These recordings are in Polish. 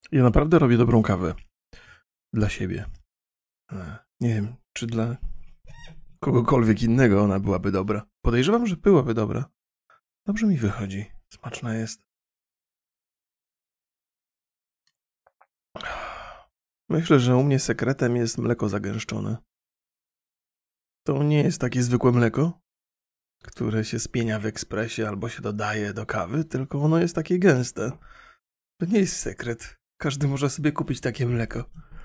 Ja naprawdę robię dobrą kawę. Dla siebie. Nie wiem, czy dla kogokolwiek innego ona byłaby dobra. Podejrzewam, że byłaby dobra. Dobrze mi wychodzi. Smaczna jest. Myślę, że u mnie sekretem jest mleko zagęszczone. To nie jest takie zwykłe mleko, które się spienia w ekspresie albo się dodaje do kawy, tylko ono jest takie gęste. To nie jest sekret. Każdy może sobie kupić takie mleko.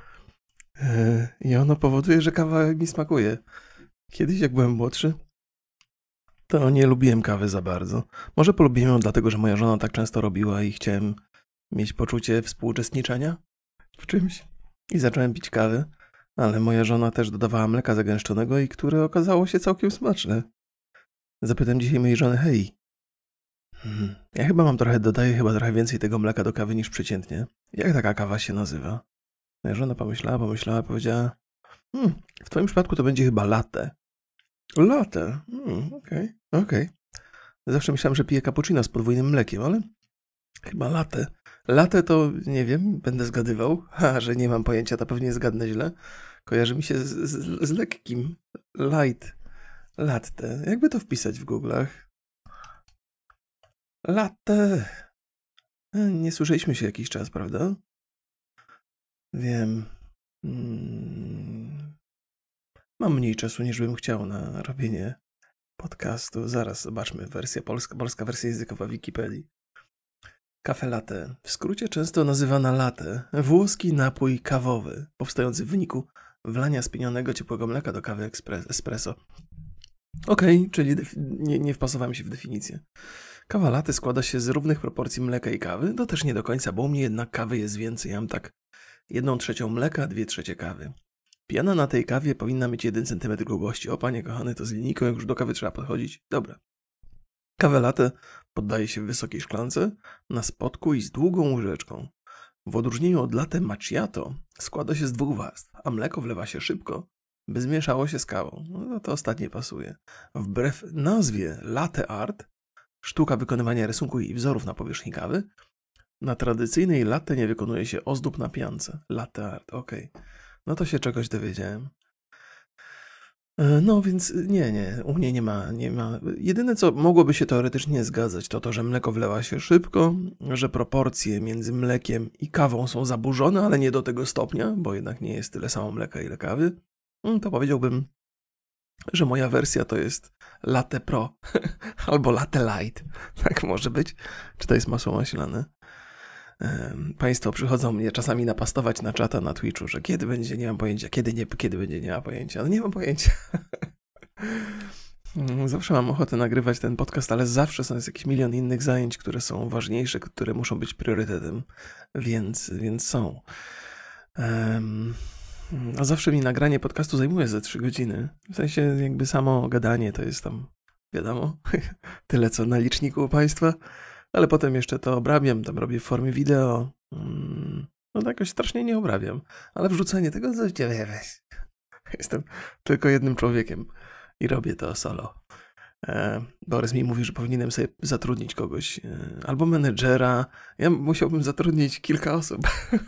I ono powoduje, że kawa mi smakuje. Kiedyś, jak byłem młodszy, to nie lubiłem kawy za bardzo. Może polubiłem ją dlatego, że moja żona tak często robiła i chciałem mieć poczucie współuczestniczenia w czymś. I zacząłem pić kawę, ale moja żona też dodawała mleka zagęszczonego i które okazało się całkiem smaczne. Zapytam dzisiaj mojej żony, hej, ja chyba dodaję chyba trochę więcej tego mleka do kawy niż przeciętnie. Jak taka kawa się nazywa? Moja żona pomyślała, powiedziała, w twoim przypadku to będzie chyba latte. Latte? Okej. Zawsze myślałem, że piję cappuccino z podwójnym mlekiem, ale chyba latte. Latte to, nie wiem, będę zgadywał, że nie mam pojęcia, to pewnie zgadnę źle. Kojarzy mi się z lekkim. Light. Latte. Jakby to wpisać w Google'ach? Latte. Nie słyszeliśmy się jakiś czas, prawda? Wiem. Mam mniej czasu niż bym chciał na robienie podcastu. Zaraz zobaczmy wersja polska wersja językowa Wikipedii. Kafe latte, w skrócie często nazywana latte, włoski napój kawowy, powstający w wyniku wlania spienionego ciepłego mleka do kawy espresso. Okej, czyli nie wpasowałem się w definicję. Kawa latte składa się z równych proporcji mleka i kawy, to też nie do końca, bo u mnie jednak kawy jest więcej, ja mam tak 1/3 mleka, 2/3 kawy. Piana na tej kawie powinna mieć 1 cm grubości. O panie kochany, to z linijką, jak już do kawy trzeba podchodzić. Dobra. Kawę latte poddaje się w wysokiej szklance, na spodku i z długą łyżeczką. W odróżnieniu od latte macchiato składa się z 2 warstw, a mleko wlewa się szybko, by zmieszało się z kawą. No to ostatnie pasuje. Wbrew nazwie latte art, sztuka wykonywania rysunku i wzorów na powierzchni kawy, na tradycyjnej latte nie wykonuje się ozdób na piance. Latte art, okej. No to się czegoś dowiedziałem. No więc nie, u mnie nie ma. Jedyne co mogłoby się teoretycznie zgadzać, to to, że mleko wlewa się szybko, że proporcje między mlekiem i kawą są zaburzone, ale nie do tego stopnia, bo jednak nie jest tyle samo mleka, ile kawy. To powiedziałbym, że moja wersja to jest latte pro albo latte light. Tak może być. Czy to jest masło maślane? Państwo przychodzą mnie czasami napastować na czata na Twitchu, że kiedy będzie, nie mam pojęcia, kiedy będzie, nie ma pojęcia. No nie mam pojęcia. Zawsze mam ochotę nagrywać ten podcast, ale zawsze jest jakiś milion innych zajęć, które są ważniejsze, które muszą być priorytetem, więc są. A zawsze mi nagranie podcastu zajmuje ze 3 godziny. W sensie jakby samo gadanie to jest tam, wiadomo, tyle co na liczniku u państwa. Ale potem jeszcze to obrabiam, tam robię w formie wideo. No to jakoś strasznie nie obrabiam. Ale wrzucenie tego, weź. Jestem tylko jednym człowiekiem i robię to solo. Borys mi mówi, że powinienem sobie zatrudnić kogoś, albo menedżera. Ja musiałbym zatrudnić kilka osób,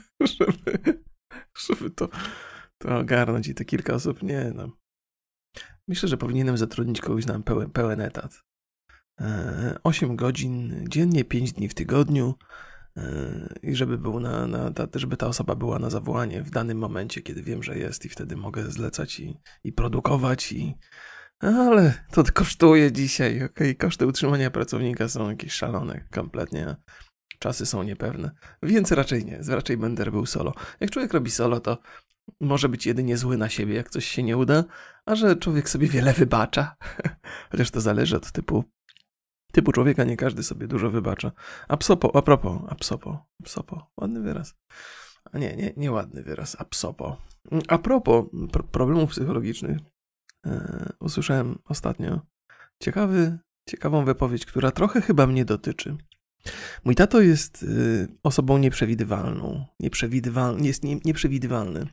żeby to ogarnąć i te kilka osób, nie no. Myślę, że powinienem zatrudnić kogoś na pełen etat. 8 godzin dziennie, 5 dni w tygodniu i żeby był żeby ta osoba była na zawołanie w danym momencie, kiedy wiem, że jest i wtedy mogę zlecać i produkować ale to kosztuje dzisiaj, okej, koszty utrzymania pracownika są jakieś szalone kompletnie, czasy są niepewne, więc raczej nie, raczej będę robił solo. Jak człowiek robi solo, to może być jedynie zły na siebie, jak coś się nie uda, a że człowiek sobie wiele wybacza, chociaż to zależy od typu człowieka, nie każdy sobie dużo wybacza. A propos, ładny wyraz. A nie ładny wyraz, a propos problemów psychologicznych, usłyszałem ostatnio ciekawą wypowiedź, która trochę chyba mnie dotyczy. Mój tato jest osobą nieprzewidywalną, jest nieprzewidywalny.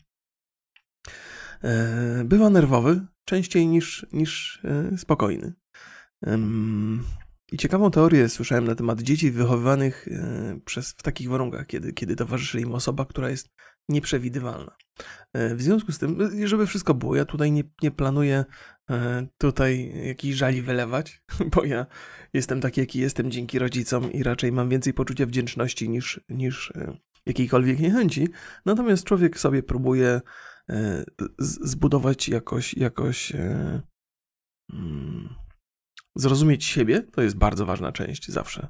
Bywa nerwowy, częściej niż spokojny. I ciekawą teorię słyszałem na temat dzieci wychowywanych w takich warunkach, kiedy towarzyszy im osoba, która jest nieprzewidywalna. W związku z tym, żeby wszystko było, ja tutaj nie planuję tutaj jakichś żali wylewać, bo ja jestem taki, jaki jestem dzięki rodzicom i raczej mam więcej poczucia wdzięczności niż jakiejkolwiek niechęci. Natomiast człowiek sobie próbuje zbudować jakoś zrozumieć siebie, to jest bardzo ważna część zawsze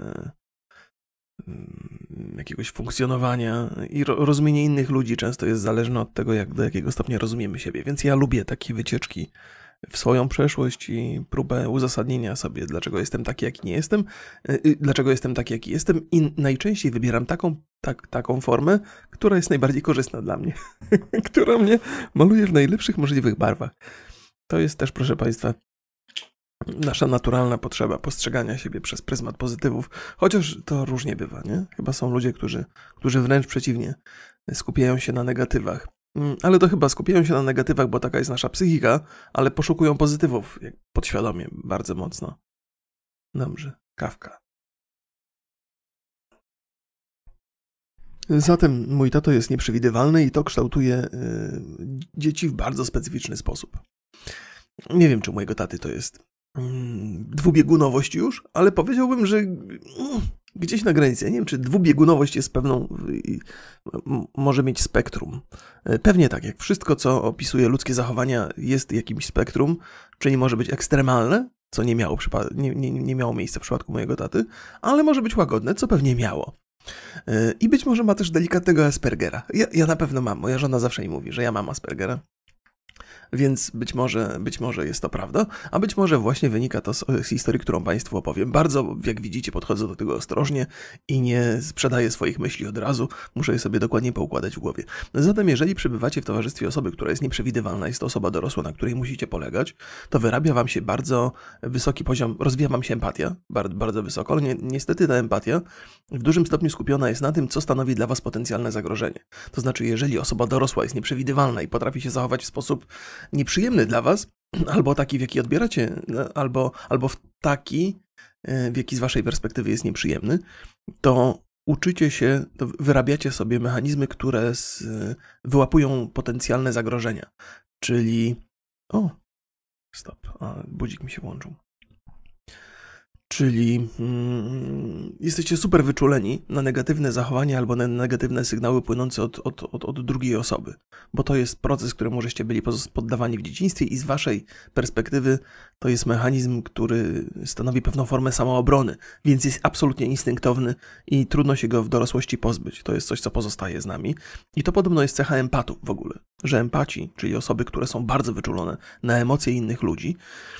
jakiegoś funkcjonowania i rozumienie innych ludzi często jest zależne od tego, do jakiego stopnia rozumiemy siebie. Więc ja lubię takie wycieczki w swoją przeszłość i próbę uzasadnienia sobie, dlaczego jestem taki, jaki nie jestem, dlaczego jestem taki, jaki jestem i najczęściej wybieram taką formę, która jest najbardziej korzystna dla mnie, która mnie maluje w najlepszych możliwych barwach. To jest też, proszę Państwa, nasza naturalna potrzeba postrzegania siebie przez pryzmat pozytywów, chociaż to różnie bywa, nie? Chyba są ludzie, którzy wręcz przeciwnie, skupiają się na negatywach. Ale to chyba skupiają się na negatywach, bo taka jest nasza psychika, ale poszukują pozytywów podświadomie bardzo mocno. Dobrze, kawka. Zatem mój tato jest nieprzewidywalny i to kształtuje dzieci w bardzo specyficzny sposób. Nie wiem, czy u mojego taty to jest dwubiegunowość już, ale powiedziałbym, że gdzieś na granicy. Nie wiem, czy dwubiegunowość jest może mieć spektrum. Pewnie tak, jak wszystko, co opisuje ludzkie zachowania, jest jakimś spektrum, czyli może być ekstremalne, co nie miało miejsca w przypadku mojego taty, ale może być łagodne, co pewnie miało. I być może ma też delikatnego Aspergera. Ja na pewno mam. Moja żona zawsze mi mówi, że ja mam Aspergera. Więc być może jest to prawda, a być może właśnie wynika to z historii, którą Państwu opowiem. Bardzo, jak widzicie, podchodzę do tego ostrożnie i nie sprzedaję swoich myśli od razu. Muszę je sobie dokładnie poukładać w głowie. Zatem, jeżeli przebywacie w towarzystwie osoby, która jest nieprzewidywalna, jest to osoba dorosła, na której musicie polegać, to wyrabia Wam się bardzo wysoki poziom, rozwija Wam się empatia, bardzo, bardzo wysoko, ale niestety ta empatia w dużym stopniu skupiona jest na tym, co stanowi dla Was potencjalne zagrożenie. To znaczy, jeżeli osoba dorosła jest nieprzewidywalna i potrafi się zachować w sposób nieprzyjemny dla was, albo taki, w jaki odbieracie, albo w taki, w jaki z waszej perspektywy jest nieprzyjemny, to uczycie się, to wyrabiacie sobie mechanizmy, które wyłapują potencjalne zagrożenia. Czyli... budzik mi się włączył. Czyli jesteście super wyczuleni na negatywne zachowania albo na negatywne sygnały płynące od drugiej osoby. Bo to jest proces, któremu żeście byli poddawani w dzieciństwie i z waszej perspektywy to jest mechanizm, który stanowi pewną formę samoobrony, więc jest absolutnie instynktowny i trudno się go w dorosłości pozbyć. To jest coś, co pozostaje z nami. I to podobno jest cecha empatów w ogóle. Że empaci, czyli osoby, które są bardzo wyczulone na emocje innych ludzi,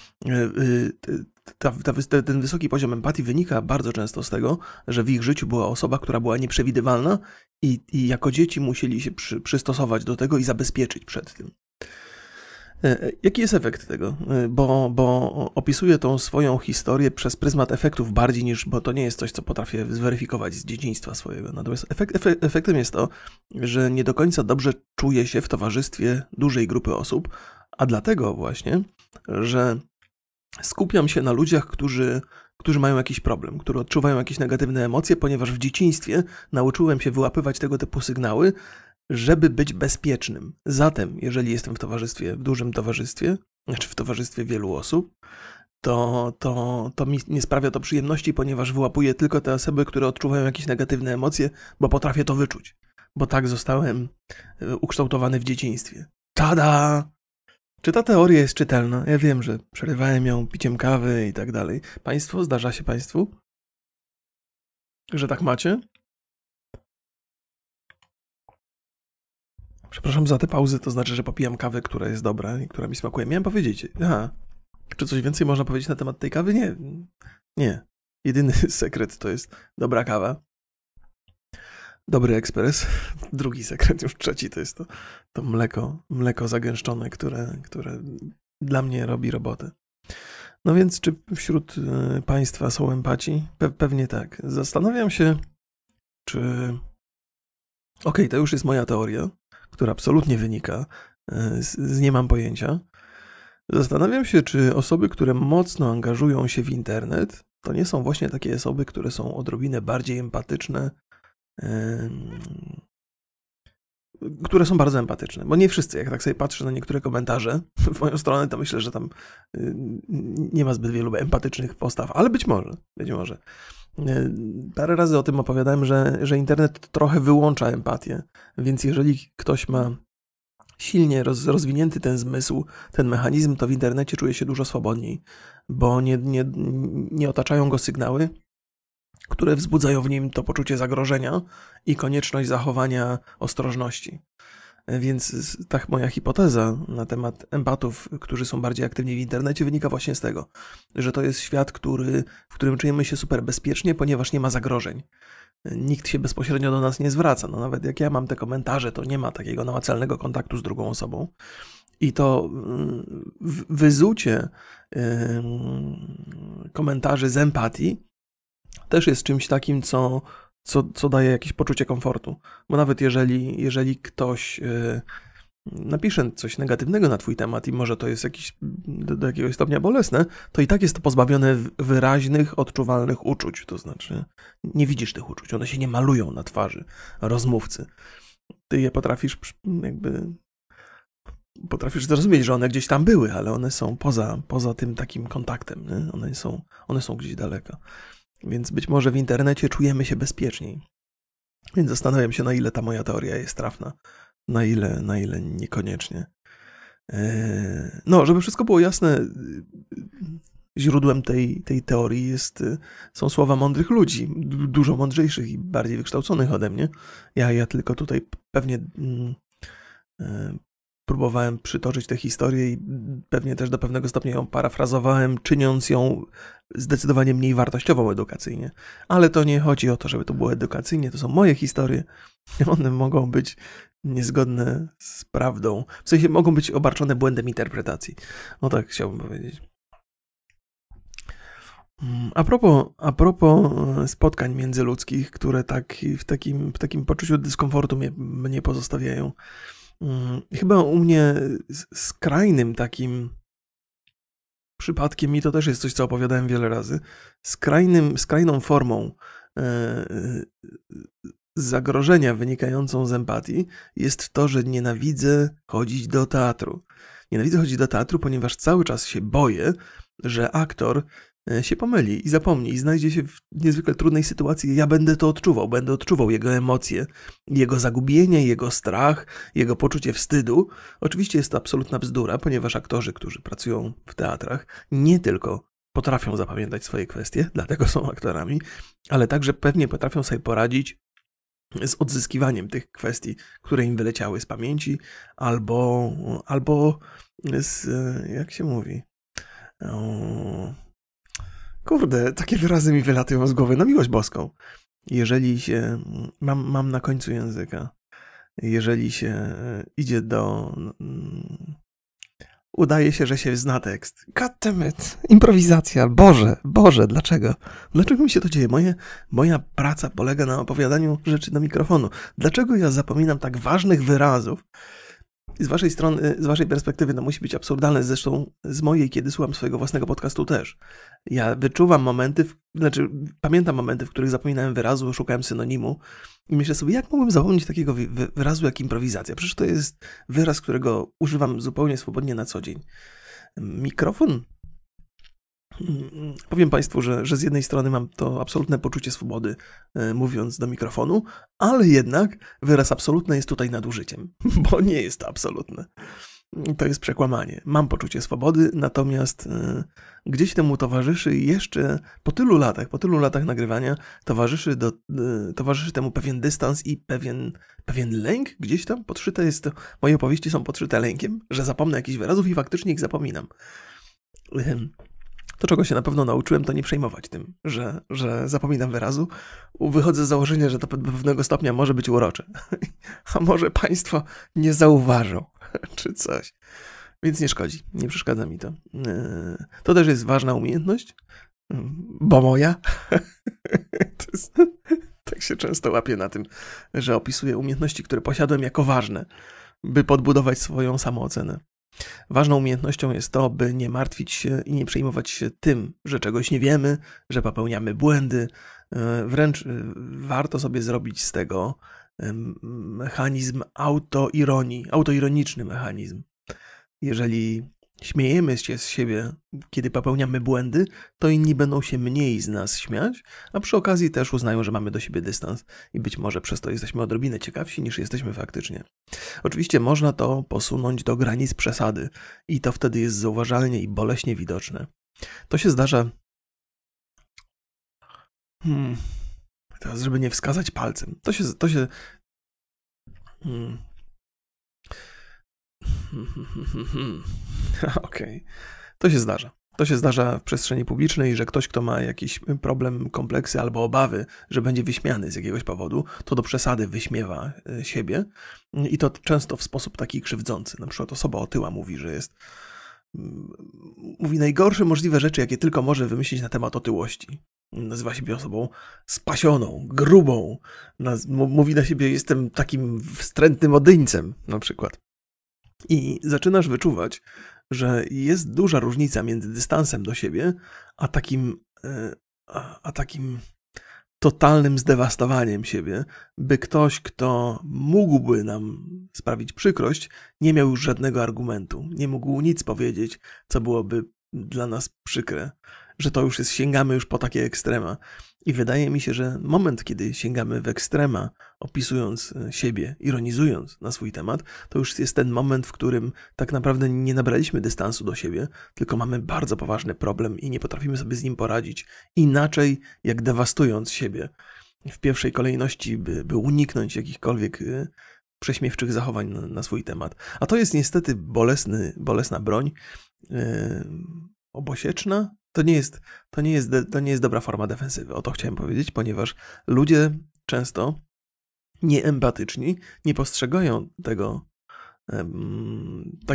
ten wysoki poziom empatii wynika bardzo często z tego, że w ich życiu była osoba, która była nieprzewidywalna i jako dzieci musieli się przystosować do tego i zabezpieczyć przed tym. Jaki jest efekt tego? Bo opisuję tą swoją historię przez pryzmat efektów bardziej niż, bo to nie jest coś, co potrafię zweryfikować z dzieciństwa swojego. Natomiast efektem jest to, że nie do końca dobrze czuję się w towarzystwie dużej grupy osób, a dlatego właśnie, że skupiam się na ludziach, którzy mają jakiś problem, którzy odczuwają jakieś negatywne emocje, ponieważ w dzieciństwie nauczyłem się wyłapywać tego typu sygnały, żeby być bezpiecznym. Zatem, jeżeli jestem w dużym towarzystwie, znaczy w towarzystwie wielu osób, to mi nie sprawia to przyjemności, ponieważ wyłapuję tylko te osoby, które odczuwają jakieś negatywne emocje, bo potrafię to wyczuć. Bo tak zostałem ukształtowany w dzieciństwie. Tada! Czy ta teoria jest czytelna? Ja wiem, że przerywałem ją piciem kawy i tak dalej. Państwo, zdarza się Państwu, że tak macie? Przepraszam za te pauzy, to znaczy, że popijam kawę, która jest dobra i która mi smakuje. Miałem powiedzieć, czy coś więcej można powiedzieć na temat tej kawy? Nie. Jedyny sekret to jest dobra kawa. Dobry ekspres. Drugi sekret, już trzeci, to jest to mleko zagęszczone, które dla mnie robi robotę. No więc, czy wśród Państwa są empaci? Pewnie tak. Zastanawiam się, czy... Okej, to już jest moja teoria, która absolutnie wynika z nie mam pojęcia. Zastanawiam się, czy osoby, które mocno angażują się w internet, to nie są właśnie takie osoby, które są odrobinę bardziej empatyczne, które są bardzo empatyczne, bo nie wszyscy, jak tak sobie patrzę na niektóre komentarze w moją stronę, to myślę, że tam nie ma zbyt wielu empatycznych postaw, ale być może. Parę razy o tym opowiadałem, że internet trochę wyłącza empatię, więc jeżeli ktoś ma silnie rozwinięty ten zmysł, ten mechanizm, to w internecie czuje się dużo swobodniej, bo nie otaczają go sygnały, które wzbudzają w nim to poczucie zagrożenia i konieczność zachowania ostrożności. Więc ta moja hipoteza na temat empatów, którzy są bardziej aktywni w internecie, wynika właśnie z tego, że to jest świat, w którym czujemy się super bezpiecznie, ponieważ nie ma zagrożeń. Nikt się bezpośrednio do nas nie zwraca. No nawet jak ja mam te komentarze, to nie ma takiego namacalnego kontaktu z drugą osobą. I to wyzucie komentarzy z empatii też jest czymś takim, co daje jakieś poczucie komfortu. Bo nawet jeżeli ktoś napisze coś negatywnego na twój temat i może to jest do jakiegoś stopnia bolesne, to i tak jest to pozbawione wyraźnych, odczuwalnych uczuć. To znaczy nie widzisz tych uczuć, one się nie malują na twarzy rozmówcy. Ty je potrafisz zrozumieć, że one gdzieś tam były, ale one są poza tym takim kontaktem. Nie? One są gdzieś daleko. Więc być może w internecie czujemy się bezpieczniej. Więc zastanawiam się, na ile ta moja teoria jest trafna, na ile niekoniecznie. No, żeby wszystko było jasne, źródłem tej teorii są słowa mądrych ludzi, dużo mądrzejszych i bardziej wykształconych ode mnie. Ja tylko tutaj pewnie próbowałem przytoczyć tę historię i pewnie też do pewnego stopnia ją parafrazowałem, czyniąc ją zdecydowanie mniej wartościową edukacyjnie. Ale to nie chodzi o to, żeby to było edukacyjnie, to są moje historie. One mogą być niezgodne z prawdą. W sensie mogą być obarczone błędem interpretacji. No tak chciałbym powiedzieć. A propos spotkań międzyludzkich, które w takim poczuciu dyskomfortu mnie pozostawiają. Chyba u mnie skrajnym takim przypadkiem, i to też jest coś, co opowiadałem wiele razy, skrajną formą zagrożenia wynikającą z empatii jest to, że nienawidzę chodzić do teatru. Nienawidzę chodzić do teatru, ponieważ cały czas się boję, że aktor się pomyli i zapomni i znajdzie się w niezwykle trudnej sytuacji. Ja będę odczuwał jego emocje, jego zagubienie, jego strach, jego poczucie wstydu. Oczywiście jest to absolutna bzdura, ponieważ aktorzy, którzy pracują w teatrach, nie tylko potrafią zapamiętać swoje kwestie, dlatego są aktorami, ale także pewnie potrafią sobie poradzić z odzyskiwaniem tych kwestii, które im wyleciały z pamięci, albo z, jak się mówi... Kurde, takie wyrazy mi wylatują z głowy, na miłość boską. Jeżeli się, mam na końcu języka, jeżeli się idzie udaje się, że się zna tekst. Goddammit, improwizacja, Boże, dlaczego? Dlaczego mi się to dzieje? Moja praca polega na opowiadaniu rzeczy do mikrofonu. Dlaczego ja zapominam tak ważnych wyrazów? Z waszej strony, z waszej perspektywy to musi być absurdalne, zresztą z mojej, kiedy słucham swojego własnego podcastu też. Ja wyczuwam pamiętam momenty, w których zapominałem wyrazu, szukałem synonimu i myślę sobie, jak mogłem zapomnieć takiego wyrazu jak improwizacja? Przecież to jest wyraz, którego używam zupełnie swobodnie na co dzień. Mikrofon? Powiem Państwu, że z jednej strony mam to absolutne poczucie swobody, mówiąc do mikrofonu, ale jednak wyraz absolutny jest tutaj nadużyciem, bo nie jest to absolutne. To jest przekłamanie. Mam poczucie swobody, natomiast gdzieś temu towarzyszy jeszcze po tylu latach nagrywania, towarzyszy temu pewien dystans i pewien lęk gdzieś tam podszyte jest to. Moje opowieści są podszyte lękiem, że zapomnę jakichś wyrazów i faktycznie ich zapominam. To, czego się na pewno nauczyłem, to nie przejmować tym, że zapominam wyrazu. Wychodzę z założenia, że to do pewnego stopnia może być urocze. A może Państwo nie zauważą, czy coś. Więc nie szkodzi, nie przeszkadza mi to. To też jest ważna umiejętność, bo moja. Tak się często łapię na tym, że opisuję umiejętności, które posiadłem jako ważne, by podbudować swoją samoocenę. Ważną umiejętnością jest to, by nie martwić się i nie przejmować się tym, że czegoś nie wiemy, że popełniamy błędy. Wręcz warto sobie zrobić z tego mechanizm autoironii, autoironiczny mechanizm. Jeżeli śmiejemy się z siebie, kiedy popełniamy błędy, to inni będą się mniej z nas śmiać, a przy okazji też uznają, że mamy do siebie dystans i być może przez to jesteśmy odrobinę ciekawsi niż jesteśmy faktycznie. Oczywiście można to posunąć do granic przesady i to wtedy jest zauważalnie i boleśnie widoczne. To się zdarza... Teraz, żeby nie wskazać palcem. Okej. To się zdarza. To się zdarza w przestrzeni publicznej, że ktoś, kto ma jakiś problem, kompleksy albo obawy, że będzie wyśmiany z jakiegoś powodu, to do przesady wyśmiewa siebie i to często w sposób taki krzywdzący. Na przykład osoba otyła mówi, że mówi najgorsze możliwe rzeczy, jakie tylko może wymyślić na temat otyłości. Nazywa siebie osobą spasioną, grubą. Mówi na siebie, jestem takim wstrętnym odyńcem, na przykład. I zaczynasz wyczuwać, że jest duża różnica między dystansem do siebie, a takim totalnym zdewastowaniem siebie, by ktoś, kto mógłby nam sprawić przykrość, nie miał już żadnego argumentu, nie mógł nic powiedzieć, co byłoby dla nas przykre, że to już sięgamy już po takie ekstrema. I wydaje mi się, że moment, kiedy sięgamy w ekstrema, opisując siebie, ironizując na swój temat, to już jest ten moment, w którym tak naprawdę nie nabraliśmy dystansu do siebie, tylko mamy bardzo poważny problem i nie potrafimy sobie z nim poradzić inaczej, jak dewastując siebie. W pierwszej kolejności, by uniknąć jakichkolwiek prześmiewczych zachowań na swój temat. A to jest niestety bolesna broń, obosieczna. To nie jest dobra forma defensywy. O to chciałem powiedzieć, ponieważ ludzie często nieempatyczni nie postrzegają tego, tak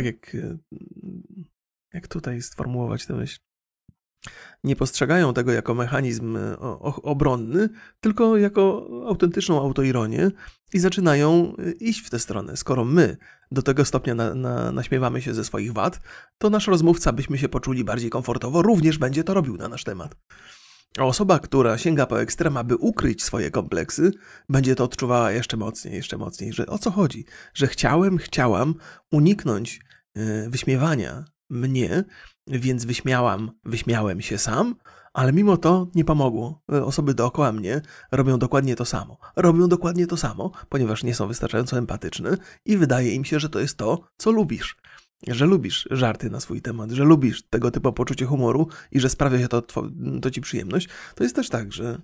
jak tutaj sformułować tę myśl, nie postrzegają tego jako mechanizm obronny, tylko jako autentyczną autoironię i zaczynają iść w tę stronę. Skoro my do tego stopnia naśmiewamy się ze swoich wad, to nasz rozmówca, byśmy się poczuli bardziej komfortowo, również będzie to robił na nasz temat. A osoba, która sięga po ekstrema, by ukryć swoje kompleksy, będzie to odczuwała jeszcze mocniej, że o co chodzi? Że chciałam uniknąć wyśmiewania mnie, więc wyśmiałem się sam, ale mimo to nie pomogło. Osoby dookoła mnie robią dokładnie to samo, ponieważ nie są wystarczająco empatyczne i wydaje im się, że to jest to, co lubisz. Że lubisz żarty na swój temat, że lubisz tego typu poczucie humoru i że sprawia się to ci przyjemność. To jest też tak, że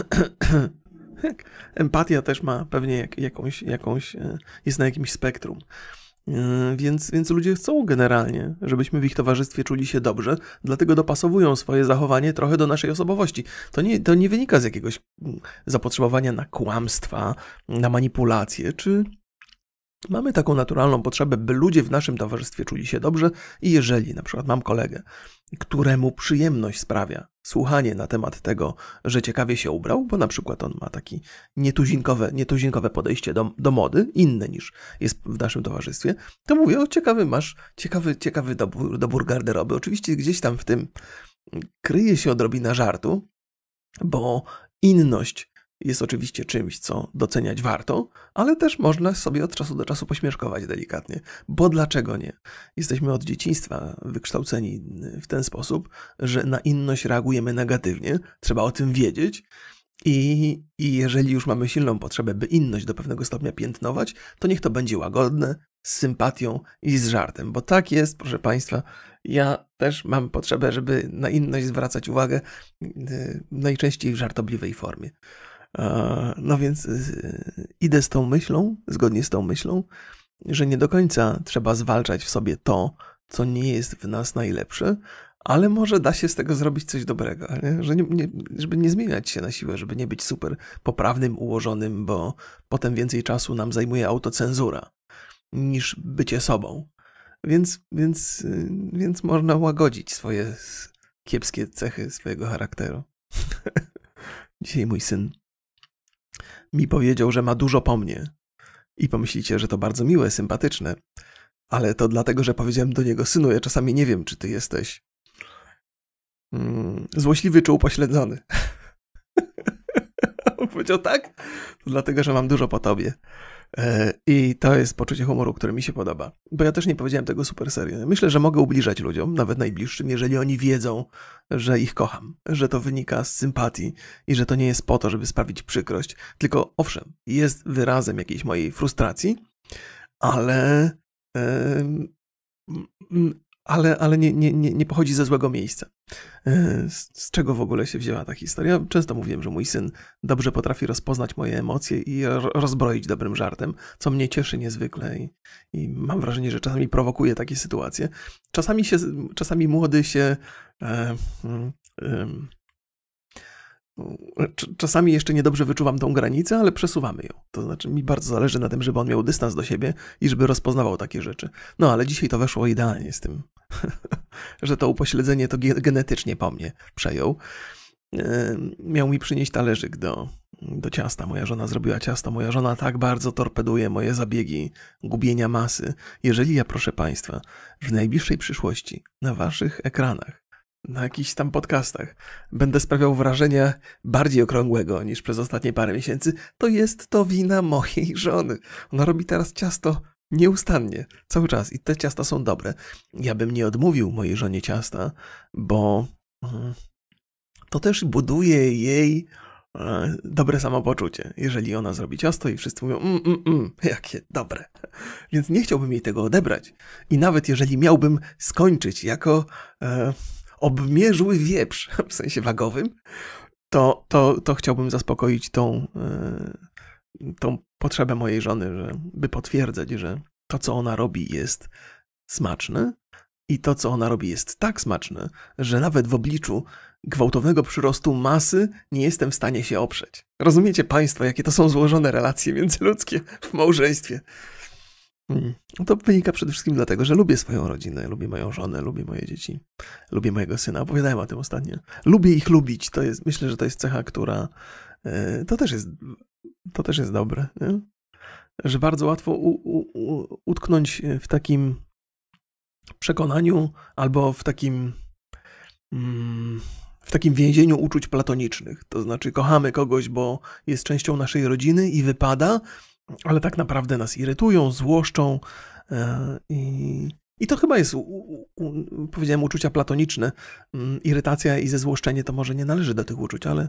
empatia też ma pewnie jest na jakimś spektrum. Więc ludzie chcą generalnie, żebyśmy w ich towarzystwie czuli się dobrze, dlatego dopasowują swoje zachowanie trochę do naszej osobowości. To nie wynika z jakiegoś zapotrzebowania na kłamstwa, na manipulacje, czy mamy taką naturalną potrzebę, by ludzie w naszym towarzystwie czuli się dobrze i jeżeli na przykład mam kolegę, któremu przyjemność sprawia słuchanie na temat tego, że ciekawie się ubrał, bo na przykład on ma takie nietuzinkowe podejście do mody, inne niż jest w naszym towarzystwie, to mówię, masz ciekawy dobór garderoby. Oczywiście gdzieś tam w tym kryje się odrobina żartu, bo inność jest oczywiście czymś, co doceniać warto, ale też można sobie od czasu do czasu pośmieszkować delikatnie, bo dlaczego nie? Jesteśmy od dzieciństwa wykształceni w ten sposób, że na inność reagujemy negatywnie, trzeba o tym wiedzieć i jeżeli już mamy silną potrzebę, by inność do pewnego stopnia piętnować, to niech to będzie łagodne, z sympatią i z żartem, bo tak jest, proszę Państwa, ja też mam potrzebę, żeby na inność zwracać uwagę najczęściej w żartobliwej formie. No więc idę zgodnie z tą myślą, że nie do końca trzeba zwalczać w sobie to, co nie jest w nas najlepsze, ale może da się z tego zrobić coś dobrego, nie? Żeby nie zmieniać się na siłę, żeby nie być super poprawnym, ułożonym, bo potem więcej czasu nam zajmuje autocenzura niż bycie sobą. Więc można łagodzić swoje kiepskie cechy swojego charakteru. Dzisiaj mój syn mi powiedział, że ma dużo po mnie. I pomyślicie, że to bardzo miłe, sympatyczne. Ale to dlatego, że powiedziałem do niego: synu, ja czasami nie wiem, czy ty jesteś złośliwy czy upośledzony. On powiedział: tak? To dlatego, że mam dużo po tobie. I to jest poczucie humoru, które mi się podoba. Bo ja też nie powiedziałem tego super serio. Myślę, że mogę ubliżać ludziom, nawet najbliższym, jeżeli oni wiedzą, że ich kocham, że to wynika z sympatii i że to nie jest po to, żeby sprawić przykrość. Tylko owszem, jest wyrazem jakiejś mojej frustracji, ale nie pochodzi ze złego miejsca. Z czego w ogóle się wzięła ta historia? Często mówiłem, że mój syn dobrze potrafi rozpoznać moje emocje i rozbroić dobrym żartem, co mnie cieszy niezwykle i mam wrażenie, że czasami prowokuje takie sytuacje. Czasami młody się... Czasami jeszcze niedobrze wyczuwam tą granicę, ale przesuwamy ją. To znaczy mi bardzo zależy na tym, żeby on miał dystans do siebie i żeby rozpoznawał takie rzeczy. No ale dzisiaj to weszło idealnie z tym, że to upośledzenie to genetycznie po mnie przejął. Miał mi przynieść talerzyk do ciasta. Moja żona zrobiła ciasto. Moja żona tak bardzo torpeduje moje zabiegi gubienia masy. Jeżeli ja, proszę Państwa, w najbliższej przyszłości na Waszych ekranach na jakichś tam podcastach będę sprawiał wrażenia bardziej okrągłego niż przez ostatnie parę miesięcy, to jest to wina mojej żony. Ona robi teraz ciasto nieustannie, cały czas i te ciasta są dobre. Ja bym nie odmówił mojej żonie ciasta, bo to też buduje jej dobre samopoczucie. Jeżeli ona zrobi ciasto i wszyscy mówią jakie dobre. Więc nie chciałbym jej tego odebrać. I nawet jeżeli miałbym skończyć jako obmierzły wieprz, w sensie wagowym, to chciałbym zaspokoić tą potrzebę mojej żony, żeby potwierdzać, że to, co ona robi, jest smaczne i to, co ona robi, jest tak smaczne, że nawet w obliczu gwałtownego przyrostu masy nie jestem w stanie się oprzeć. Rozumiecie Państwo, jakie to są złożone relacje międzyludzkie w małżeństwie? To wynika przede wszystkim dlatego, że lubię swoją rodzinę, lubię moją żonę, lubię moje dzieci, lubię mojego syna. Opowiadałem o tym ostatnio. Lubię ich lubić. Myślę, że to jest cecha, która to też jest dobre. Nie? Że bardzo łatwo utknąć w takim przekonaniu albo w takim więzieniu uczuć platonicznych. To znaczy kochamy kogoś, bo jest częścią naszej rodziny i wypada, ale tak naprawdę nas irytują, złoszczą i to chyba jest, powiedziałem, uczucia platoniczne. Irytacja i zezłoszczenie to może nie należy do tych uczuć, ale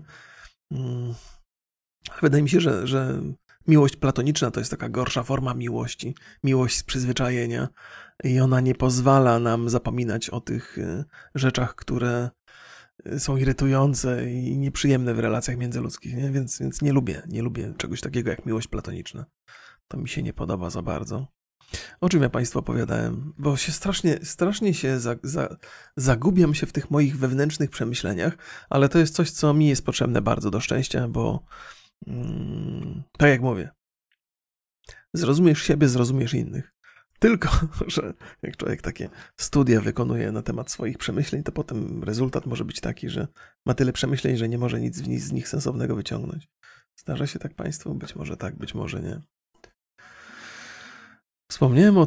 wydaje mi się, że miłość platoniczna to jest taka gorsza forma miłości, miłość z przyzwyczajenia i ona nie pozwala nam zapominać o tych rzeczach, które są irytujące i nieprzyjemne w relacjach międzyludzkich, nie? Więc nie lubię czegoś takiego jak miłość platoniczna. To mi się nie podoba za bardzo. O czym ja Państwu opowiadałem? Bo się strasznie się zagubiam się w tych moich wewnętrznych przemyśleniach, ale to jest coś, co mi jest potrzebne bardzo do szczęścia, bo tak jak mówię, zrozumiesz siebie, zrozumiesz innych. Tylko, że jak człowiek takie studia wykonuje na temat swoich przemyśleń, to potem rezultat może być taki, że ma tyle przemyśleń, że nie może nic z nich sensownego wyciągnąć. Zdarza się tak Państwu? Być może tak, być może nie. Wspomniałem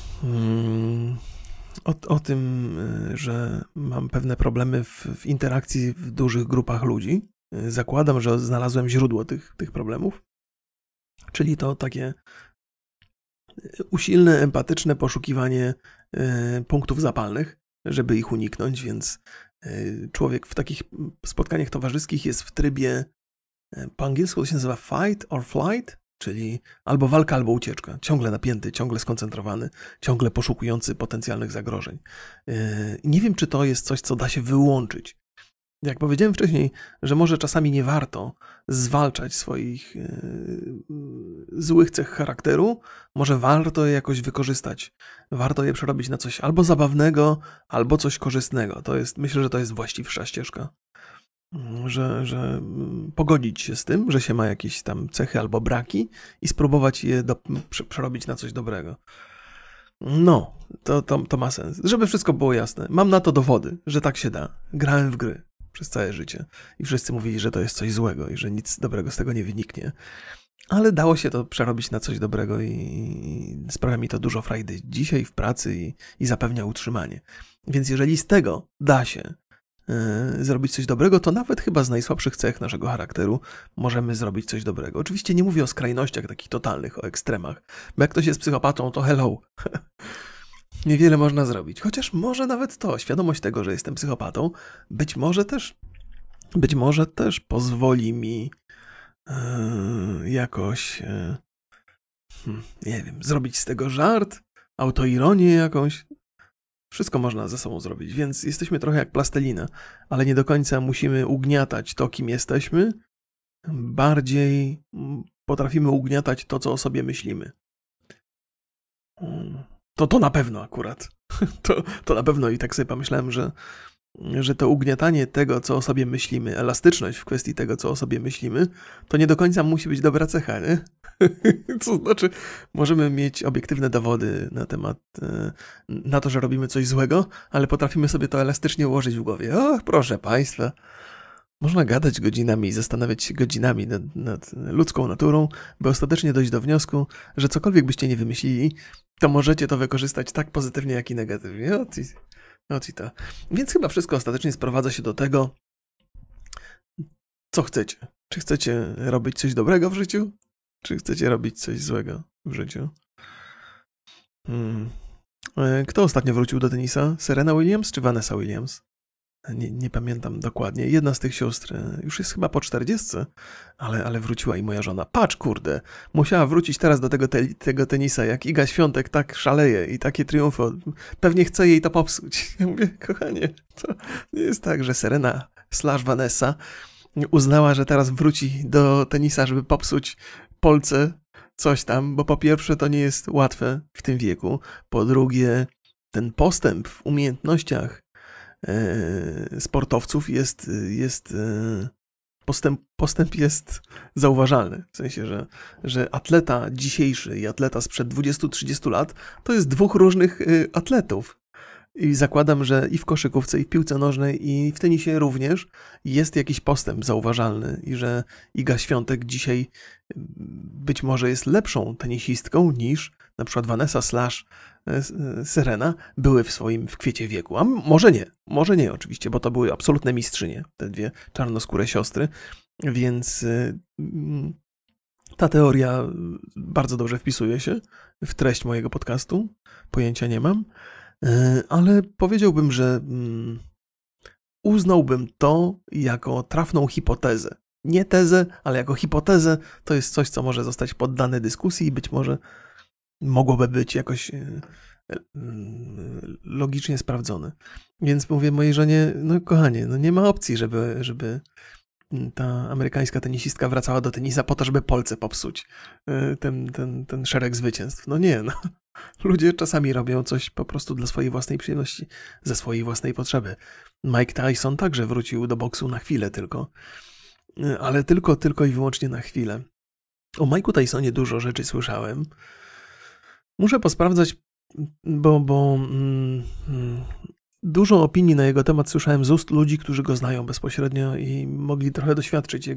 o tym, że mam pewne problemy w interakcji w dużych grupach ludzi. Zakładam, że znalazłem źródło tych problemów, czyli to takie usilne, empatyczne poszukiwanie punktów zapalnych, żeby ich uniknąć, więc człowiek w takich spotkaniach towarzyskich jest w trybie, po angielsku to się nazywa fight or flight, czyli albo walka, albo ucieczka. Ciągle napięty, ciągle skoncentrowany, ciągle poszukujący potencjalnych zagrożeń. Nie wiem, czy to jest coś, co da się wyłączyć. Jak powiedziałem wcześniej, że może czasami nie warto zwalczać swoich złych cech charakteru, może warto je jakoś wykorzystać. Warto je przerobić na coś albo zabawnego, albo coś korzystnego. Myślę, że to jest właściwsza ścieżka. Że pogodzić się z tym, że się ma jakieś tam cechy albo braki i spróbować je przerobić na coś dobrego. No, to ma sens. Żeby wszystko było jasne. Mam na to dowody, że tak się da. Grałem w gry przez całe życie i wszyscy mówili, że to jest coś złego i że nic dobrego z tego nie wyniknie. ale dało się to przerobić na coś dobrego i sprawia mi to dużo frajdy dzisiaj w pracy i zapewnia utrzymanie. Więc jeżeli z tego da się zrobić coś dobrego, to nawet chyba z najsłabszych cech naszego charakteru możemy zrobić coś dobrego. Oczywiście nie mówię o skrajnościach takich totalnych, o ekstremach, bo jak ktoś jest psychopatą, to hello. Niewiele można zrobić. Chociaż może nawet to, świadomość tego, że jestem psychopatą, być może też pozwoli mi jakoś, nie wiem, zrobić z tego żart, autoironię jakąś. Wszystko można ze sobą zrobić, więc jesteśmy trochę jak plastelina, ale nie do końca musimy ugniatać to, kim jesteśmy. Bardziej potrafimy ugniatać to, co o sobie myślimy. To na pewno akurat. To na pewno i tak sobie pomyślałem, że to ugniatanie tego, co o sobie myślimy, elastyczność w kwestii tego, co o sobie myślimy, to nie do końca musi być dobra cecha, nie? To znaczy, możemy mieć obiektywne dowody na temat, na to, że robimy coś złego, ale potrafimy sobie to elastycznie ułożyć w głowie. Och, proszę Państwa, można gadać godzinami i zastanawiać się godzinami nad ludzką naturą, by ostatecznie dojść do wniosku, że cokolwiek byście nie wymyślili, to możecie to wykorzystać tak pozytywnie, jak i negatywnie. I to. Więc chyba wszystko ostatecznie sprowadza się do tego, co chcecie. Czy chcecie robić coś dobrego w życiu? Czy chcecie robić coś złego w życiu? Kto ostatnio wrócił do tenisa? Serena Williams czy Vanessa Williams? Nie pamiętam dokładnie. Jedna z tych sióstr już jest chyba po 40, ale wróciła i moja żona. Patrz, kurde, musiała wrócić teraz do tego tenisa, jak Iga Świątek tak szaleje i takie triumfy. Pewnie chce jej to popsuć. Ja mówię, kochanie, to nie jest tak, że Serena / Vanessa uznała, że teraz wróci do tenisa, żeby popsuć Polce coś tam, bo po pierwsze to nie jest łatwe w tym wieku, po drugie ten postęp w umiejętnościach sportowców postęp jest zauważalny. W sensie, że atleta dzisiejszy i atleta sprzed 20-30 lat to jest dwóch różnych atletów. I zakładam, że i w koszykówce, i w piłce nożnej, i w tenisie również jest jakiś postęp zauważalny i że Iga Świątek dzisiaj być może jest lepszą tenisistką niż na przykład Vanessa / Serena były w kwiecie wieku. A może nie oczywiście, bo to były absolutne mistrzynie, te dwie czarnoskóre siostry, więc ta teoria bardzo dobrze wpisuje się w treść mojego podcastu, pojęcia nie mam. Ale powiedziałbym, że uznałbym to jako trafną hipotezę. Nie tezę, ale jako hipotezę to jest coś, co może zostać poddane dyskusji i być może mogłoby być jakoś logicznie sprawdzone. Więc mówię mojej żonie, no kochanie, no nie ma opcji, żeby ta amerykańska tenisistka wracała do tenisa po to, żeby Polce popsuć ten szereg zwycięstw. No nie, no. Ludzie czasami robią coś po prostu dla swojej własnej przyjemności, ze swojej własnej potrzeby. Mike Tyson także wrócił do boksu na chwilę tylko, ale tylko i wyłącznie na chwilę. O Mike'u Tysonie dużo rzeczy słyszałem. Muszę posprawdzać, bo dużo opinii na jego temat słyszałem z ust ludzi, którzy go znają bezpośrednio i mogli trochę doświadczyć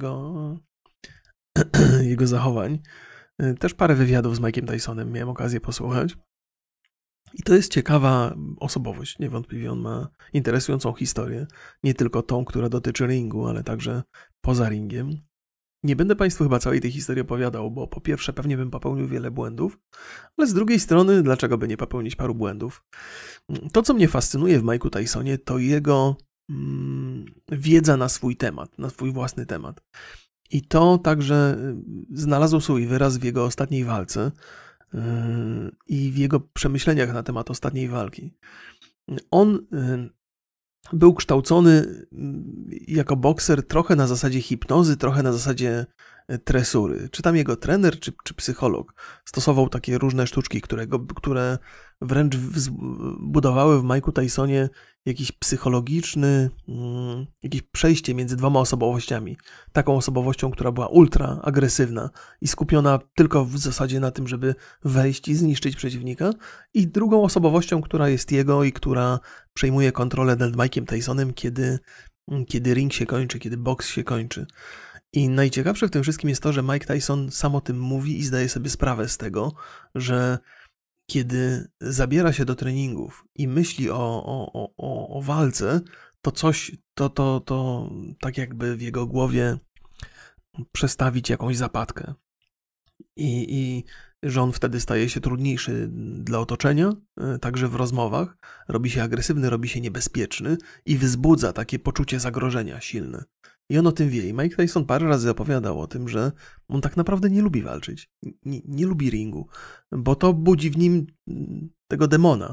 jego zachowań. Też parę wywiadów z Mike'em Tysonem miałem okazję posłuchać. I to jest ciekawa osobowość. Niewątpliwie on ma interesującą historię. Nie tylko tą, która dotyczy ringu, ale także poza ringiem. Nie będę Państwu chyba całej tej historii opowiadał, bo po pierwsze pewnie bym popełnił wiele błędów, ale z drugiej strony dlaczego by nie popełnić paru błędów? To, co mnie fascynuje w Mike'u Tysonie, to jego wiedza na swój temat, na swój własny temat. I to także znalazło swój wyraz w jego ostatniej walce i w jego przemyśleniach na temat ostatniej walki. On był kształcony jako bokser trochę na zasadzie hipnozy, trochę na zasadzie tresury. Czy tam jego trener, czy psycholog stosował takie różne sztuczki, które wręcz budowały w Mike'u Tysonie jakiś psychologiczny, jakieś przejście między dwoma osobowościami. Taką osobowością, która była ultra agresywna i skupiona tylko w zasadzie na tym, żeby wejść i zniszczyć przeciwnika, i drugą osobowością, która jest jego i która przejmuje kontrolę nad Mike'em Tysonem, kiedy ring się kończy, kiedy boks się kończy. I najciekawsze w tym wszystkim jest to, że Mike Tyson sam o tym mówi i zdaje sobie sprawę z tego, że kiedy zabiera się do treningów i myśli o walce, to coś, to tak jakby w jego głowie przestawić jakąś zapadkę. I że on wtedy staje się trudniejszy dla otoczenia, także w rozmowach, robi się agresywny, robi się niebezpieczny i wzbudza takie poczucie zagrożenia silne. I on o tym wie. I Mike Tyson parę razy opowiadał o tym, że on tak naprawdę nie lubi walczyć. Nie lubi ringu, bo to budzi w nim tego demona,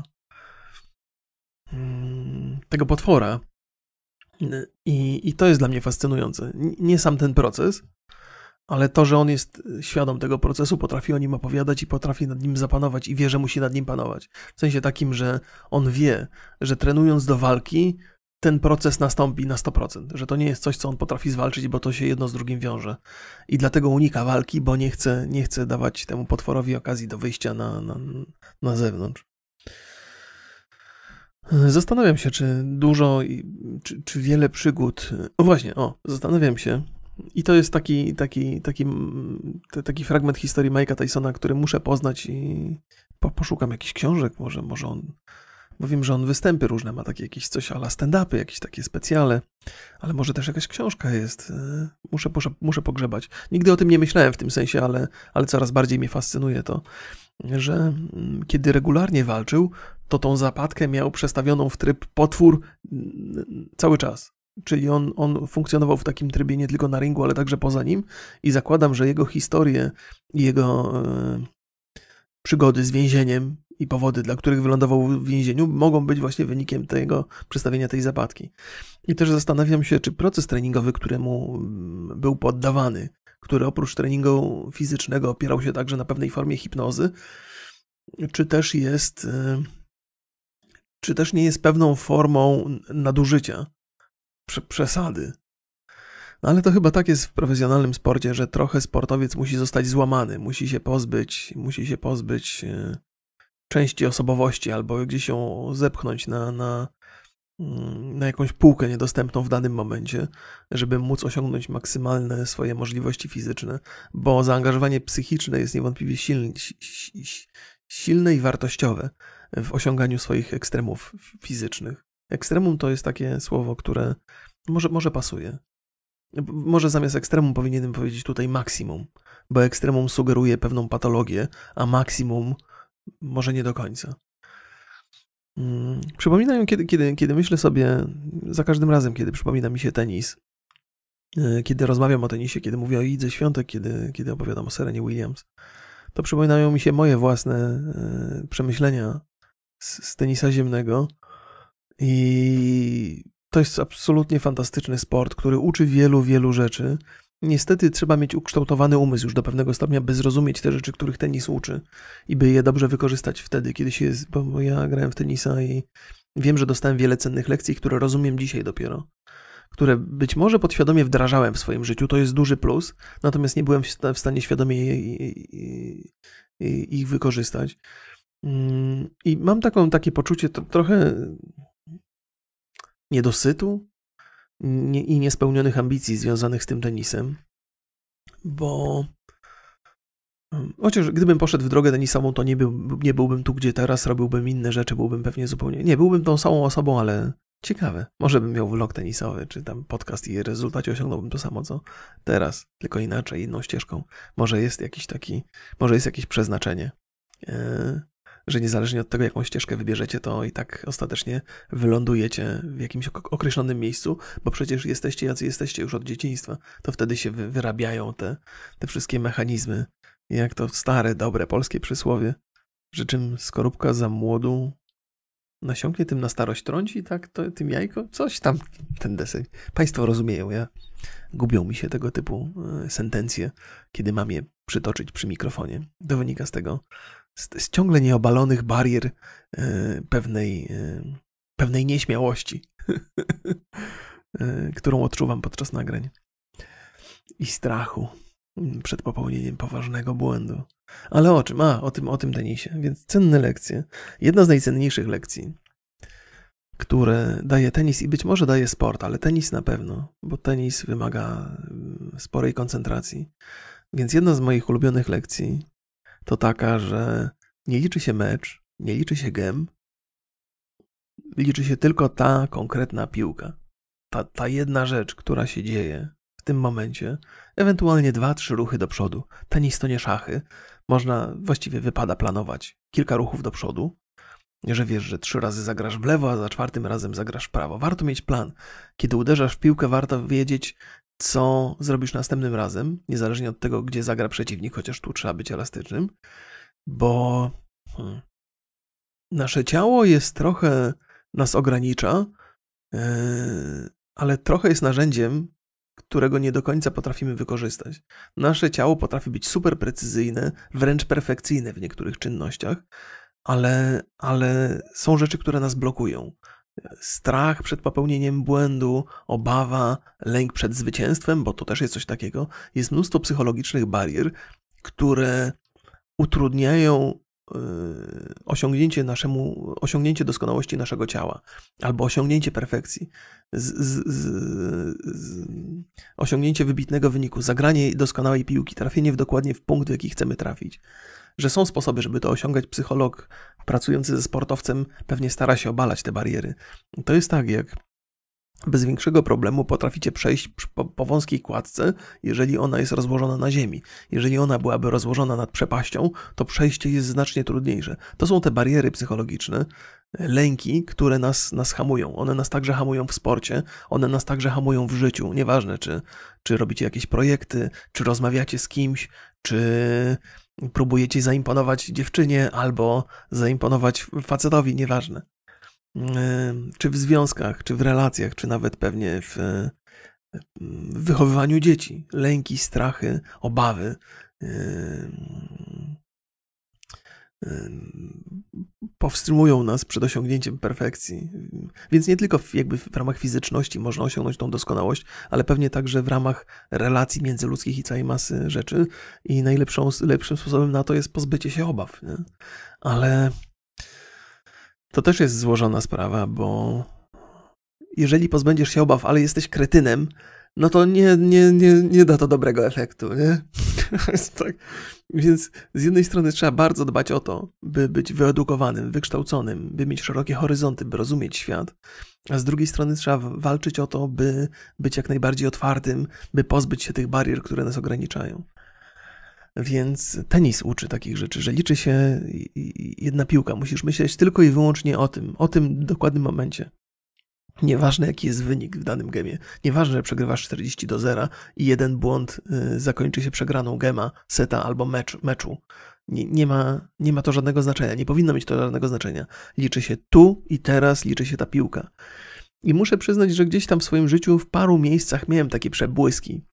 tego potwora. I to jest dla mnie fascynujące. Nie sam ten proces, ale to, że on jest świadom tego procesu, potrafi o nim opowiadać i potrafi nad nim zapanować i wie, że musi nad nim panować. W sensie takim, że on wie, że trenując do walki, ten proces nastąpi na 100%, że to nie jest coś, co on potrafi zwalczyć, bo to się jedno z drugim wiąże. I dlatego unika walki, bo nie chce dawać temu potworowi okazji do wyjścia na zewnątrz. Zastanawiam się, czy dużo, czy wiele przygód... O właśnie, zastanawiam się. I to jest taki fragment historii Mike'a Tysona, który muszę poznać i poszukam jakichś książek, może on... Bo wiem, że on występy różne ma, takie jakieś coś a la stand-upy, jakieś takie specjale, ale może też jakaś książka jest. Muszę pogrzebać. Nigdy o tym nie myślałem w tym sensie, ale coraz bardziej mnie fascynuje to, że kiedy regularnie walczył, to tą zapadkę miał przestawioną w tryb potwór cały czas. Czyli on funkcjonował w takim trybie nie tylko na ringu, ale także poza nim i zakładam, że jego historie i jego przygody z więzieniem i powody, dla których wylądował w więzieniu, mogą być właśnie wynikiem tego przestawienia tej zapadki. I też zastanawiam się, czy proces treningowy, któremu był poddawany, który oprócz treningu fizycznego opierał się także na pewnej formie hipnozy, czy też nie jest pewną formą nadużycia, przesady. No ale to chyba tak jest w profesjonalnym sporcie, że trochę sportowiec musi zostać złamany, musi się pozbyć części osobowości albo gdzieś ją zepchnąć na jakąś półkę niedostępną w danym momencie, żeby móc osiągnąć maksymalne swoje możliwości fizyczne, bo zaangażowanie psychiczne jest niewątpliwie silne i wartościowe w osiąganiu swoich ekstremów fizycznych. Ekstremum to jest takie słowo, które może pasuje. Może zamiast ekstremum powinienem powiedzieć tutaj maksimum, bo ekstremum sugeruje pewną patologię, a maksimum może nie do końca. Przypominają, kiedy myślę sobie, za każdym razem, kiedy przypomina mi się tenis, kiedy rozmawiam o tenisie, kiedy mówię o Idze Świątek, kiedy opowiadam o Serenie Williams, to przypominają mi się moje własne przemyślenia z tenisa ziemnego i to jest absolutnie fantastyczny sport, który uczy wielu rzeczy. Niestety trzeba mieć ukształtowany umysł już do pewnego stopnia, by zrozumieć te rzeczy, których tenis uczy i by je dobrze wykorzystać wtedy, kiedy się jest, bo ja grałem w tenisa i wiem, że dostałem wiele cennych lekcji, które rozumiem dzisiaj dopiero, które być może podświadomie wdrażałem w swoim życiu, to jest duży plus, natomiast nie byłem w stanie świadomie ich wykorzystać. I mam takie poczucie trochę niedosytu i niespełnionych ambicji związanych z tym tenisem, bo chociaż gdybym poszedł w drogę tenisową, to nie byłbym tu, gdzie teraz, robiłbym inne rzeczy, byłbym pewnie zupełnie... Nie, byłbym tą samą osobą, ale ciekawe. Może bym miał vlog tenisowy, czy tam podcast i w rezultacie osiągnąłbym to samo, co teraz, tylko inaczej, inną ścieżką. Może jest jakieś przeznaczenie, że niezależnie od tego, jaką ścieżkę wybierzecie, to i tak ostatecznie wylądujecie w jakimś określonym miejscu, bo przecież jesteście jacy jesteście już od dzieciństwa. To wtedy się wyrabiają te wszystkie mechanizmy, jak to stare, dobre polskie przysłowie, że czym skorupka za młodu nasiąknie, tym na starość trąci, tak? Tym jajko? Coś tam, ten deseń. Państwo rozumieją, gubią mi się tego typu sentencje, kiedy mam je przytoczyć przy mikrofonie. To wynika z tego, z ciągle nieobalonych barier pewnej nieśmiałości, którą odczuwam podczas nagrań i strachu przed popełnieniem poważnego błędu. Ale o czym? O tym tenisie. Więc cenne lekcje. Jedna z najcenniejszych lekcji które daje tenis i być może daje sport, ale tenis na pewno, bo tenis wymaga sporej koncentracji. Więc jedna z moich ulubionych lekcji to taka, że nie liczy się mecz, nie liczy się gem, liczy się tylko ta konkretna piłka. Ta jedna rzecz, która się dzieje w tym momencie, ewentualnie 2-3 ruchy do przodu. Tenis to nie szachy. Właściwie wypada planować kilka ruchów do przodu, że wiesz, że 3 razy zagrasz w lewo, a za 4 razem zagrasz w prawo. Warto mieć plan. Kiedy uderzasz w piłkę, warto wiedzieć, co zrobisz następnym razem, niezależnie od tego, gdzie zagra przeciwnik, chociaż tu trzeba być elastycznym, bo nasze ciało jest trochę, nas ogranicza, ale trochę jest narzędziem, którego nie do końca potrafimy wykorzystać. Nasze ciało potrafi być super precyzyjne, wręcz perfekcyjne w niektórych czynnościach, ale są rzeczy, które nas blokują. Strach przed popełnieniem błędu, obawa, lęk przed zwycięstwem, bo to też jest coś takiego. Jest mnóstwo psychologicznych barier, które utrudniają osiągnięcie doskonałości naszego ciała albo osiągnięcie perfekcji, osiągnięcie wybitnego wyniku, zagranie doskonałej piłki, trafienie dokładnie w punkt, w jaki chcemy trafić. Że są sposoby, żeby to osiągać. Psycholog pracujący ze sportowcem pewnie stara się obalać te bariery. To jest tak, jak bez większego problemu potraficie przejść po wąskiej kładce, jeżeli ona jest rozłożona na ziemi. Jeżeli ona byłaby rozłożona nad przepaścią, to przejście jest znacznie trudniejsze. To są te bariery psychologiczne, lęki, które nas hamują. One nas także hamują w sporcie, one nas także hamują w życiu. Nieważne, czy robicie jakieś projekty, czy rozmawiacie z kimś, czy próbujecie zaimponować dziewczynie albo zaimponować facetowi, nieważne. Czy w związkach, czy w relacjach, czy nawet pewnie w wychowywaniu dzieci. Lęki, strachy, obawy powstrzymują nas przed osiągnięciem perfekcji. Więc nie tylko w ramach fizyczności można osiągnąć tą doskonałość, ale pewnie także w ramach relacji międzyludzkich i całej masy rzeczy. I lepszym sposobem na to jest pozbycie się obaw. Nie? Ale to też jest złożona sprawa, bo jeżeli pozbędziesz się obaw, ale jesteś kretynem, no to nie da to dobrego efektu, nie? Tak. Więc z jednej strony trzeba bardzo dbać o to, by być wyedukowanym, wykształconym, by mieć szerokie horyzonty, by rozumieć świat, a z drugiej strony trzeba walczyć o to, by być jak najbardziej otwartym, by pozbyć się tych barier, które nas ograniczają. Więc tenis uczy takich rzeczy, że liczy się jedna piłka. Musisz myśleć tylko i wyłącznie o tym dokładnym momencie. Nieważne, jaki jest wynik w danym gemie. Nieważne, że przegrywasz 40-0 i jeden błąd zakończy się przegraną gema, seta albo meczu. Nie ma to żadnego znaczenia. Nie powinno mieć to żadnego znaczenia. Liczy się tu i teraz, liczy się ta piłka. I muszę przyznać, że gdzieś tam w swoim życiu w paru miejscach miałem takie przebłyski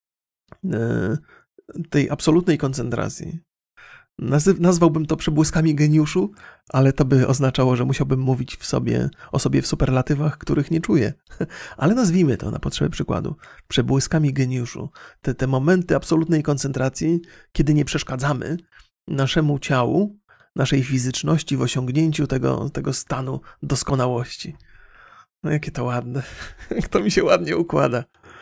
tej absolutnej koncentracji. Nazwałbym to przebłyskami geniuszu, ale to by oznaczało, że musiałbym mówić o sobie w superlatywach, których nie czuję. Ale nazwijmy to na potrzeby przykładu. Przebłyskami geniuszu. Te momenty absolutnej koncentracji, kiedy nie przeszkadzamy naszemu ciału, naszej fizyczności w osiągnięciu tego stanu doskonałości. No jakie to ładne. Jak to mi się ładnie układa.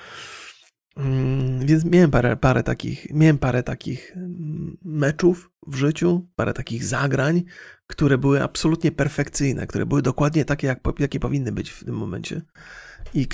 Więc miałem parę takich meczów w życiu, parę takich zagrań, które były absolutnie perfekcyjne, które były dokładnie takie, jakie powinny być w tym momencie i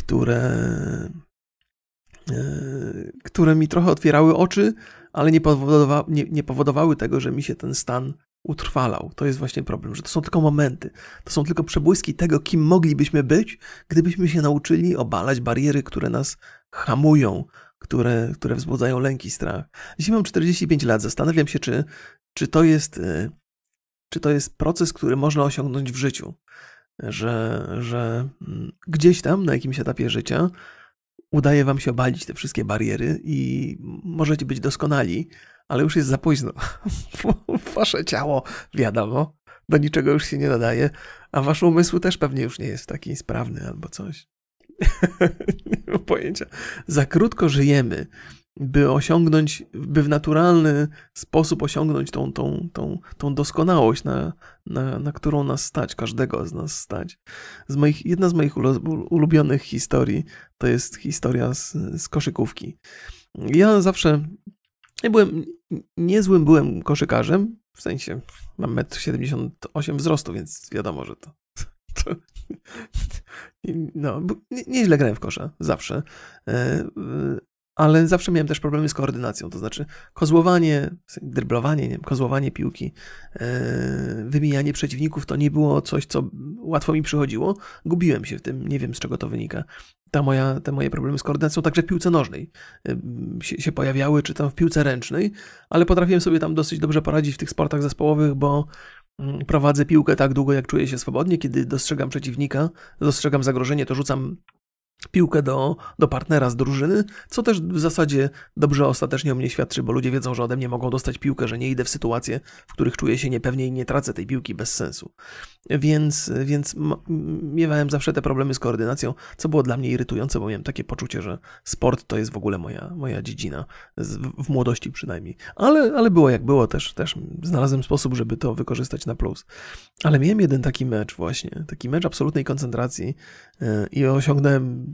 które mi trochę otwierały oczy, ale nie powodowały tego, że mi się ten stan utrwalał. To jest właśnie problem, że to są tylko momenty, to są tylko przebłyski tego, kim moglibyśmy być, gdybyśmy się nauczyli obalać bariery, które nas hamują, które wzbudzają lęk i strach. Dzisiaj mam 45 lat, zastanawiam się, czy to jest proces, który można osiągnąć w życiu, że gdzieś tam na jakimś etapie życia udaje wam się obalić te wszystkie bariery i możecie być doskonali, ale już jest za późno. Wasze ciało, wiadomo, do niczego już się nie nadaje, a wasz umysł też pewnie już nie jest taki sprawny albo coś. Nie mam pojęcia. Za krótko żyjemy, by w naturalny sposób osiągnąć tą doskonałość, na którą nas stać, każdego z nas stać. Jedna z moich ulubionych historii to jest historia z koszykówki. Ja zawsze byłem koszykarzem, w sensie mam 1,78 m wzrostu, więc wiadomo, że to no, nieźle grałem w kosza, zawsze. Ale zawsze miałem też problemy z koordynacją, to znaczy kozłowanie, dryblowanie, nie wiem, kozłowanie piłki, wymijanie przeciwników to nie było coś, co łatwo mi przychodziło. Gubiłem się w tym, nie wiem z czego to wynika. Te moje problemy z koordynacją także w piłce nożnej się pojawiały, czy tam w piłce ręcznej, ale potrafiłem sobie tam dosyć dobrze poradzić w tych sportach zespołowych, bo prowadzę piłkę tak długo, jak czuję się swobodnie. Kiedy dostrzegam przeciwnika, dostrzegam zagrożenie, to rzucam piłkę do partnera z drużyny, co też w zasadzie dobrze ostatecznie o mnie świadczy, bo ludzie wiedzą, że ode mnie mogą dostać piłkę, że nie idę w sytuacje, w których czuję się niepewnie i nie tracę tej piłki bez sensu. Więc miewałem zawsze te problemy z koordynacją, co było dla mnie irytujące, bo miałem takie poczucie, że sport to jest w ogóle moja dziedzina, w młodości przynajmniej. Ale było jak było, też znalazłem sposób, żeby to wykorzystać na plus. Ale miałem jeden taki mecz właśnie, taki mecz absolutnej koncentracji i osiągnąłem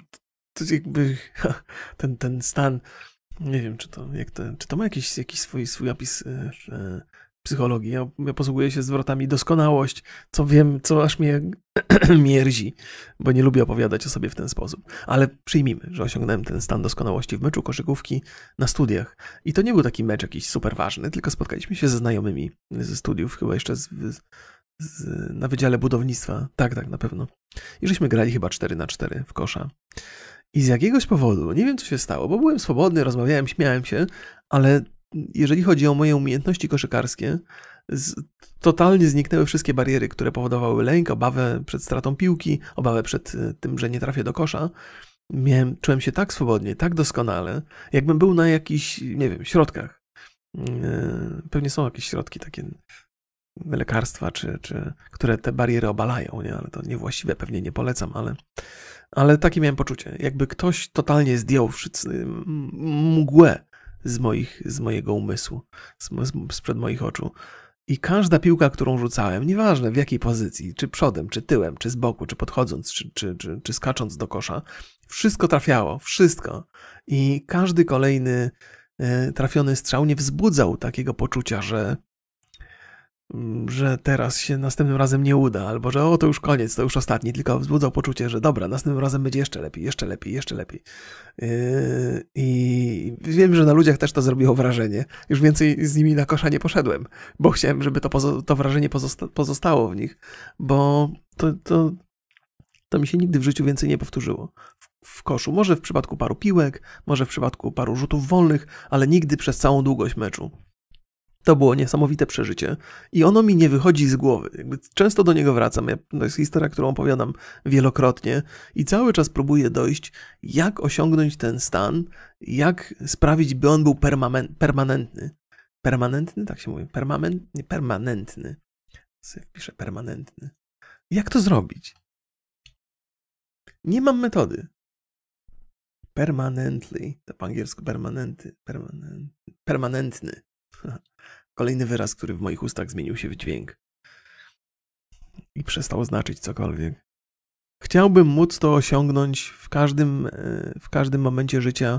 ten stan, nie wiem, czy to ma jakiś swój opis psychologii. Ja posługuję się zwrotami doskonałość, co aż mnie mierzi, bo nie lubię opowiadać o sobie w ten sposób. Ale przyjmijmy, że osiągnąłem ten stan doskonałości w meczu koszykówki na studiach. I to nie był taki mecz jakiś super ważny, tylko spotkaliśmy się ze znajomymi ze studiów, chyba jeszcze na Wydziale Budownictwa. Tak, na pewno. I żeśmy grali chyba 4-4 w kosza. I z jakiegoś powodu, nie wiem co się stało, bo byłem swobodny, rozmawiałem, śmiałem się, ale jeżeli chodzi o moje umiejętności koszykarskie, totalnie zniknęły wszystkie bariery, które powodowały lęk, obawę przed stratą piłki, obawę przed tym, że nie trafię do kosza. Czułem się tak swobodnie, tak doskonale, jakbym był na jakichś, nie wiem, środkach. Pewnie są jakieś środki takie lekarstwa, które te bariery obalają, nie? Ale to niewłaściwe, pewnie nie polecam, ale takie miałem poczucie, jakby ktoś totalnie zdjął mgłę z mojego umysłu, sprzed moich oczu. I każda piłka, którą rzucałem, nieważne w jakiej pozycji, czy przodem, czy tyłem, czy z boku, czy podchodząc, czy skacząc do kosza, wszystko trafiało, wszystko. I każdy kolejny trafiony strzał nie wzbudzał takiego poczucia, że teraz się następnym razem nie uda, albo że to już koniec, to już ostatni, tylko wzbudzał poczucie, że dobra, następnym razem będzie jeszcze lepiej, jeszcze lepiej, jeszcze lepiej. I wiem, że na ludziach też to zrobiło wrażenie. Już więcej z nimi na kosza nie poszedłem, bo chciałem, żeby to wrażenie pozostało w nich, bo to mi się nigdy w życiu więcej nie powtórzyło. W koszu, może w przypadku paru piłek, może w przypadku paru rzutów wolnych, ale nigdy przez całą długość meczu. To było niesamowite przeżycie i ono mi nie wychodzi z głowy. Często do niego wracam. To jest historia, którą opowiadam wielokrotnie i cały czas próbuję dojść, jak osiągnąć ten stan, jak sprawić, by on był permanentny. Permanentny? Tak się mówi. Permanentny. Sobie wpiszę permanentny. Jak to zrobić? Nie mam metody. Permanently. To po angielsku permanentny. Kolejny wyraz, który w moich ustach zmienił się w dźwięk i przestał znaczyć cokolwiek. Chciałbym móc to osiągnąć w każdym momencie życia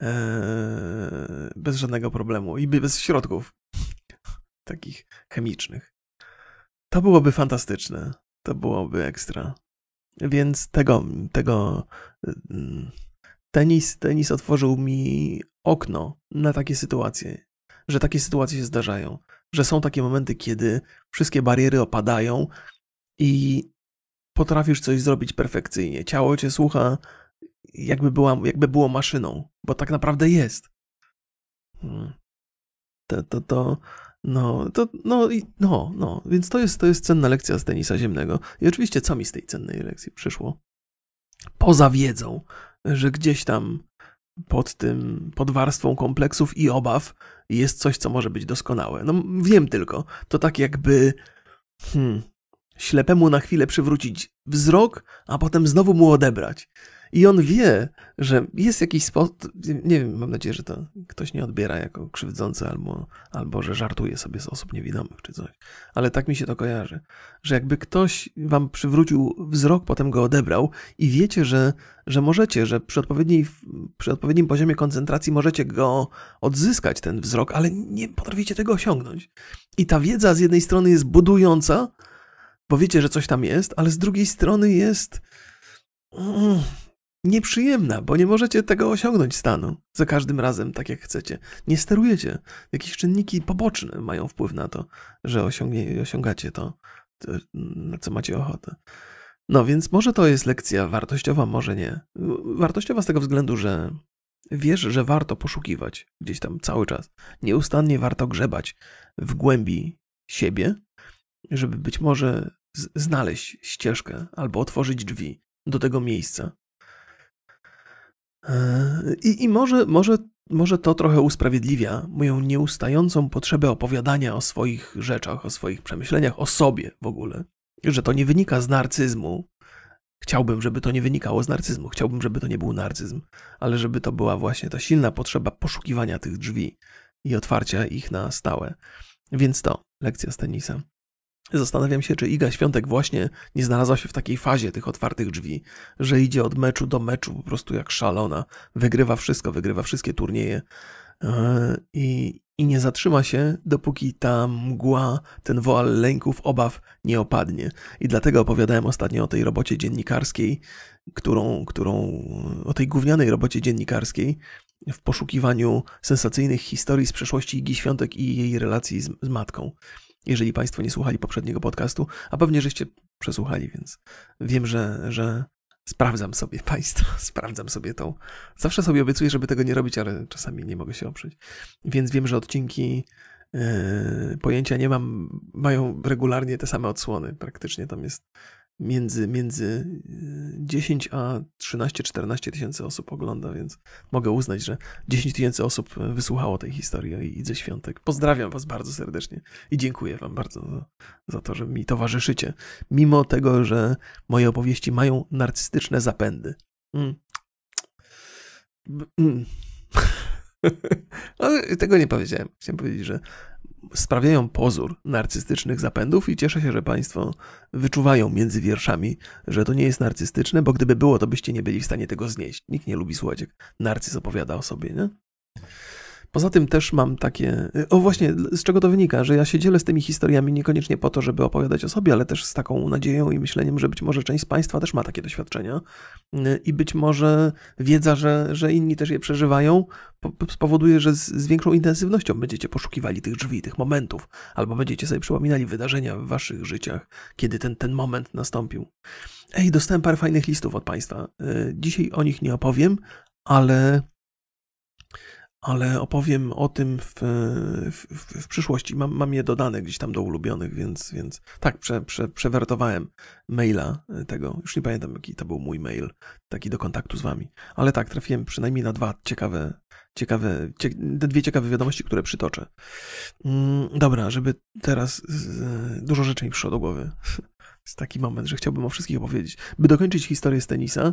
bez żadnego problemu i bez środków takich chemicznych. To byłoby fantastyczne. To byłoby ekstra. Więc tenis otworzył mi okno na takie sytuacje. Że takie sytuacje się zdarzają, że są takie momenty, kiedy wszystkie bariery opadają i potrafisz coś zrobić perfekcyjnie. Ciało cię słucha, jakby było maszyną, bo tak naprawdę jest. Więc to jest cenna lekcja z tenisa ziemnego. I oczywiście co mi z tej cennej lekcji przyszło? Poza wiedzą, że gdzieś tam pod warstwą kompleksów i obaw jest coś, co może być doskonałe. No wiem tylko, to tak jakby ślepemu na chwilę przywrócić wzrok, a potem znowu mu odebrać. I on wie, że jest jakiś sposób, nie wiem, mam nadzieję, że to ktoś nie odbiera jako krzywdzący albo że żartuje sobie z osób niewidomych czy coś, ale tak mi się to kojarzy, że jakby ktoś wam przywrócił wzrok, potem go odebrał i wiecie, że możecie, że przy odpowiednim poziomie koncentracji możecie go odzyskać, ten wzrok, ale nie potraficie tego osiągnąć. I ta wiedza z jednej strony jest budująca, bo wiecie, że coś tam jest, ale z drugiej strony jest nieprzyjemna, bo nie możecie tego osiągnąć stanu za każdym razem tak jak chcecie. Nie sterujecie. Jakieś czynniki poboczne mają wpływ na to, że osiągacie to, na co macie ochotę. No więc może to jest lekcja wartościowa, może nie. Wartościowa z tego względu, że wiesz, że warto poszukiwać gdzieś tam cały czas. Nieustannie warto grzebać w głębi siebie, żeby być może znaleźć ścieżkę albo otworzyć drzwi do tego miejsca. I może to trochę usprawiedliwia moją nieustającą potrzebę opowiadania o swoich rzeczach, o swoich przemyśleniach, o sobie w ogóle. Że to nie wynika z narcyzmu. Chciałbym, żeby to nie wynikało z narcyzmu. Chciałbym, żeby to nie był narcyzm, ale żeby to była właśnie ta silna potrzeba poszukiwania tych drzwi i otwarcia ich na stałe. Więc to lekcja z tenisa. Zastanawiam się, czy Iga Świątek właśnie nie znalazła się w takiej fazie tych otwartych drzwi, że idzie od meczu do meczu po prostu jak szalona, wygrywa wszystko, wygrywa wszystkie turnieje i nie zatrzyma się, dopóki ta mgła, ten woal lęków, obaw nie opadnie. I dlatego opowiadałem ostatnio o tej robocie dziennikarskiej, o tej gównianej robocie dziennikarskiej w poszukiwaniu sensacyjnych historii z przeszłości Igi Świątek i jej relacji z matką. Jeżeli Państwo nie słuchali poprzedniego podcastu, a pewnie żeście przesłuchali, więc wiem, że sprawdzam sobie Państwa, sprawdzam sobie tą. Zawsze sobie obiecuję, żeby tego nie robić, ale czasami nie mogę się oprzeć. Więc wiem, że odcinki pojęcia nie mam, mają regularnie te same odsłony. Praktycznie tam jest między 10 a 13-14 tysięcy osób ogląda, więc mogę uznać, że 10 tysięcy osób wysłuchało tej historii Idze Świątek. Pozdrawiam Was bardzo serdecznie i dziękuję Wam bardzo za to, że mi towarzyszycie, mimo tego, że moje opowieści mają narcystyczne zapędy. Ale tego nie powiedziałem. Chciałem powiedzieć, że sprawiają pozór narcystycznych zapędów i cieszę się, że Państwo wyczuwają między wierszami, że to nie jest narcystyczne, bo gdyby było, to byście nie byli w stanie tego znieść. Nikt nie lubi słuchać, jak narcyz opowiada o sobie, nie? Poza tym też mam takie... O właśnie, z czego to wynika? Że ja się dzielę z tymi historiami niekoniecznie po to, żeby opowiadać o sobie, ale też z taką nadzieją i myśleniem, że być może część z Państwa też ma takie doświadczenia i być może wiedza, że inni też je przeżywają, spowoduje, że z większą intensywnością będziecie poszukiwali tych drzwi, tych momentów, albo będziecie sobie przypominali wydarzenia w Waszych życiach, kiedy ten moment nastąpił. Dostałem parę fajnych listów od Państwa. Dzisiaj o nich nie opowiem, ale opowiem o tym w przyszłości. Mam je dodane gdzieś tam do ulubionych, więc tak, przewertowałem maila tego. Już nie pamiętam, jaki to był mój mail, taki do kontaktu z Wami. Ale tak, trafiłem przynajmniej na dwie ciekawe wiadomości, które przytoczę. Dobra, żeby teraz dużo rzeczy mi przyszło do głowy. Jest taki moment, że chciałbym o wszystkich opowiedzieć. By dokończyć historię z tenisa,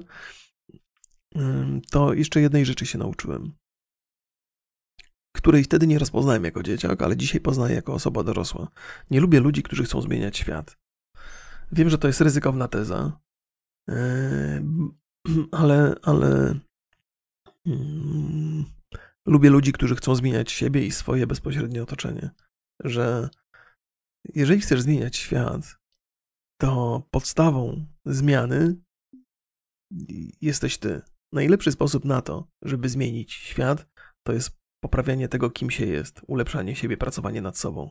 to jeszcze jednej rzeczy się nauczyłem, której wtedy nie rozpoznałem jako dzieciak, ale dzisiaj poznaję jako osoba dorosła. Nie lubię ludzi, którzy chcą zmieniać świat. Wiem, że to jest ryzykowna teza, ale lubię ludzi, którzy chcą zmieniać siebie i swoje bezpośrednie otoczenie. Że jeżeli chcesz zmieniać świat, to podstawą zmiany jesteś ty. Najlepszy sposób na to, żeby zmienić świat, to jest poprawianie tego, kim się jest, ulepszanie siebie, pracowanie nad sobą.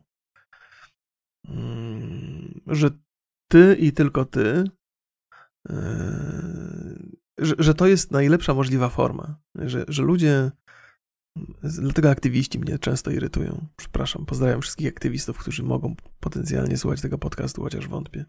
Że ty i tylko ty, że to jest najlepsza możliwa forma. Że ludzie, dlatego aktywiści mnie często irytują. Przepraszam, pozdrawiam wszystkich aktywistów, którzy mogą potencjalnie słuchać tego podcastu, chociaż wątpię.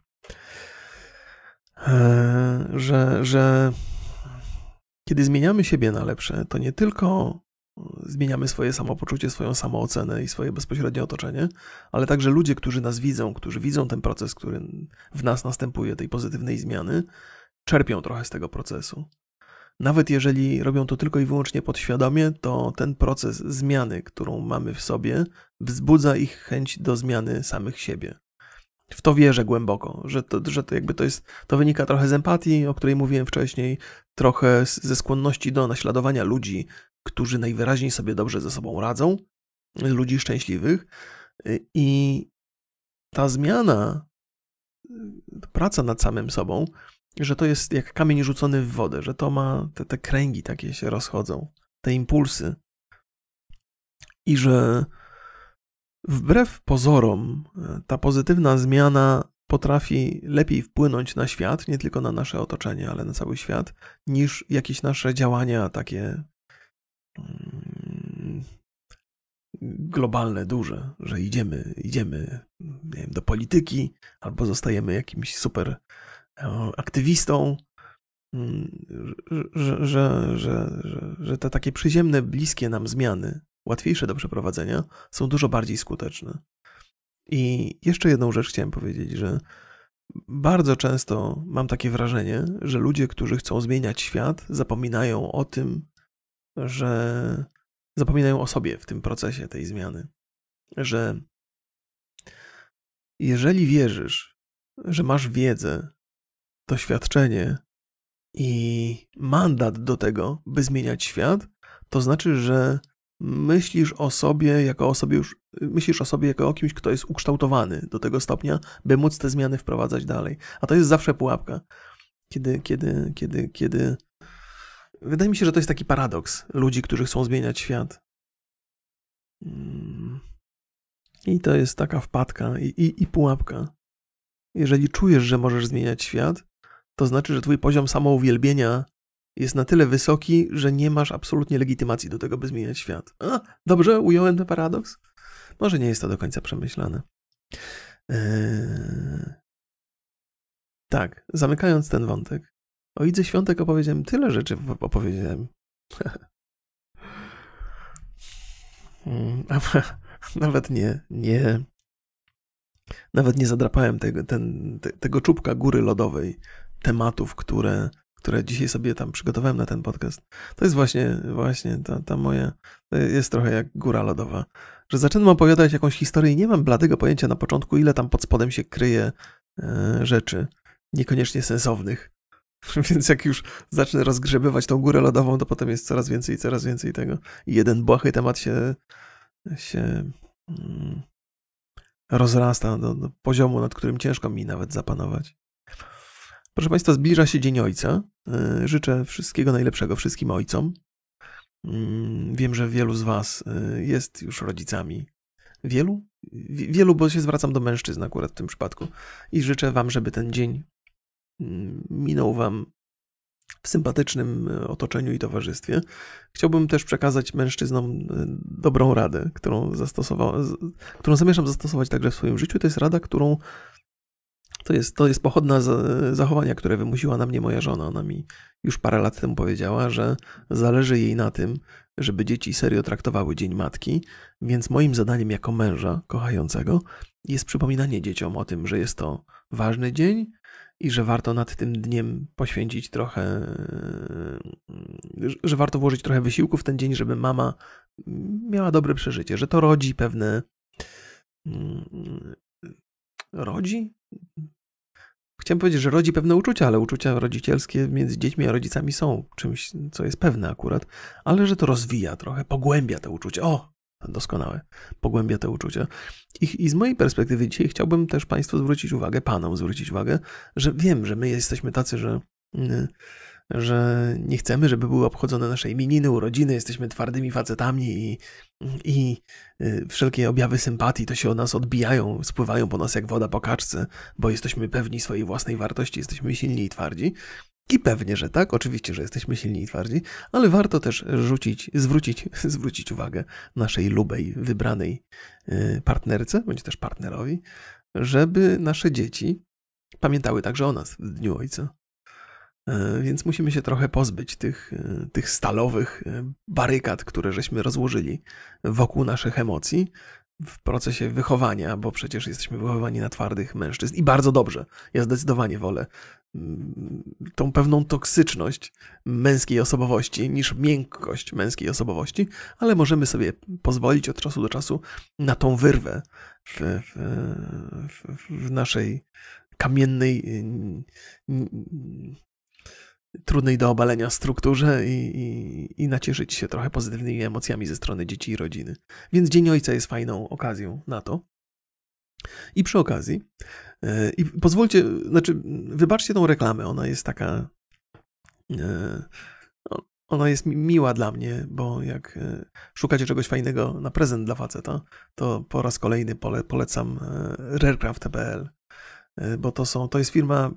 Że kiedy zmieniamy siebie na lepsze, to nie tylko zmieniamy swoje samopoczucie, swoją samoocenę i swoje bezpośrednie otoczenie, ale także ludzie, którzy nas widzą, którzy widzą ten proces, który w nas następuje, tej pozytywnej zmiany, czerpią trochę z tego procesu. nawet jeżeli robią to tylko i wyłącznie podświadomie, to ten proces zmiany, którą mamy w sobie, wzbudza ich chęć do zmiany samych siebie. W to wierzę głęboko, że to wynika trochę z empatii, o której mówiłem wcześniej, trochę ze skłonności do naśladowania ludzi, którzy najwyraźniej sobie dobrze ze sobą radzą, ludzi szczęśliwych. I ta zmiana, praca nad samym sobą, że to jest jak kamień rzucony w wodę, że to ma te kręgi takie się rozchodzą, te impulsy. I że wbrew pozorom ta pozytywna zmiana potrafi lepiej wpłynąć na świat, nie tylko na nasze otoczenie, ale na cały świat, niż jakieś nasze działania takie globalne, duże, że idziemy nie wiem, do polityki albo zostajemy jakimś super aktywistą, że te takie przyziemne, bliskie nam zmiany, łatwiejsze do przeprowadzenia, są dużo bardziej skuteczne. I jeszcze jedną rzecz chciałem powiedzieć, że bardzo często mam takie wrażenie, że ludzie, którzy chcą zmieniać świat, zapominają o tym, że zapominają o sobie w tym procesie tej zmiany. Że jeżeli wierzysz, że masz wiedzę, doświadczenie i mandat do tego, by zmieniać świat, to znaczy, że myślisz o sobie jako o kimś, kto jest ukształtowany do tego stopnia, by móc te zmiany wprowadzać dalej. A to jest zawsze pułapka. Kiedy wydaje mi się, że to jest taki paradoks ludzi, którzy chcą zmieniać świat. I to jest taka wpadka i pułapka. Jeżeli czujesz, że możesz zmieniać świat, to znaczy, że twój poziom samouwielbienia jest na tyle wysoki, że nie masz absolutnie legitymacji do tego, by zmieniać świat. Dobrze ująłem ten paradoks? Może nie jest to do końca przemyślane. Tak, zamykając ten wątek. O Idze Świątek opowiedziałem tyle rzeczy, Nawet nie zadrapałem tego czubka góry lodowej tematów, które dzisiaj sobie tam przygotowałem na ten podcast. To jest właśnie ta moja, jest trochę jak góra lodowa, że zaczynam opowiadać jakąś historię i nie mam bladego pojęcia na początku, ile tam pod spodem się kryje rzeczy, niekoniecznie sensownych. Więc jak już zacznę rozgrzebywać tą górę lodową, to potem jest coraz więcej tego. I jeden błahy temat się rozrasta do poziomu, nad którym ciężko mi nawet zapanować. Proszę Państwa, zbliża się Dzień Ojca. Życzę wszystkiego najlepszego wszystkim ojcom. Wiem, że wielu z Was jest już rodzicami. Wielu, bo się zwracam do mężczyzn akurat w tym przypadku. I życzę Wam, żeby ten dzień minął Wam w sympatycznym otoczeniu i towarzystwie. Chciałbym też przekazać mężczyznom dobrą radę, którą zamierzam zastosować także w swoim życiu. To jest rada, to jest pochodna zachowania, które wymusiła na mnie moja żona. Ona mi już parę lat temu powiedziała, że zależy jej na tym, żeby dzieci serio traktowały Dzień Matki, więc moim zadaniem jako męża kochającego jest przypominanie dzieciom o tym, że jest to ważny dzień i że warto nad tym dniem poświęcić trochę, że warto włożyć trochę wysiłku w ten dzień, żeby mama miała dobre przeżycie, że to rodzi pewne... Chciałem powiedzieć, że rodzi pewne uczucia, ale uczucia rodzicielskie między dziećmi a rodzicami są czymś, co jest pewne akurat, ale że to rozwija trochę, pogłębia te uczucia. Doskonałe. Pogłębia te uczucia. I z mojej perspektywy dzisiaj chciałbym też Państwu panom zwrócić uwagę, że wiem, że my jesteśmy tacy, że nie chcemy, żeby były obchodzone nasze imieniny, urodziny, jesteśmy twardymi facetami i wszelkie objawy sympatii to się o nas odbijają, spływają po nas jak woda po kaczce, bo jesteśmy pewni swojej własnej wartości, jesteśmy silni i twardzi. I pewnie, że tak, oczywiście, że jesteśmy silni i twardzi, ale warto też zwrócić uwagę naszej lubej, wybranej partnerce, bądź też partnerowi, żeby nasze dzieci pamiętały także o nas w Dniu Ojca. Więc musimy się trochę pozbyć tych stalowych barykad, które żeśmy rozłożyli wokół naszych emocji, w procesie wychowania, bo przecież jesteśmy wychowani na twardych mężczyzn i bardzo dobrze. Ja zdecydowanie wolę tą pewną toksyczność męskiej osobowości niż miękkość męskiej osobowości, ale możemy sobie pozwolić od czasu do czasu na tą wyrwę w naszej kamiennej, trudnej do obalenia strukturze i nacieszyć się trochę pozytywnymi emocjami ze strony dzieci i rodziny. Więc Dzień Ojca jest fajną okazją na to. I przy okazji, i pozwólcie, wybaczcie tą reklamę, ona jest taka, ona jest miła dla mnie, bo jak szukacie czegoś fajnego na prezent dla faceta, to po raz kolejny polecam Rarcraft.pl, bo to jest firma,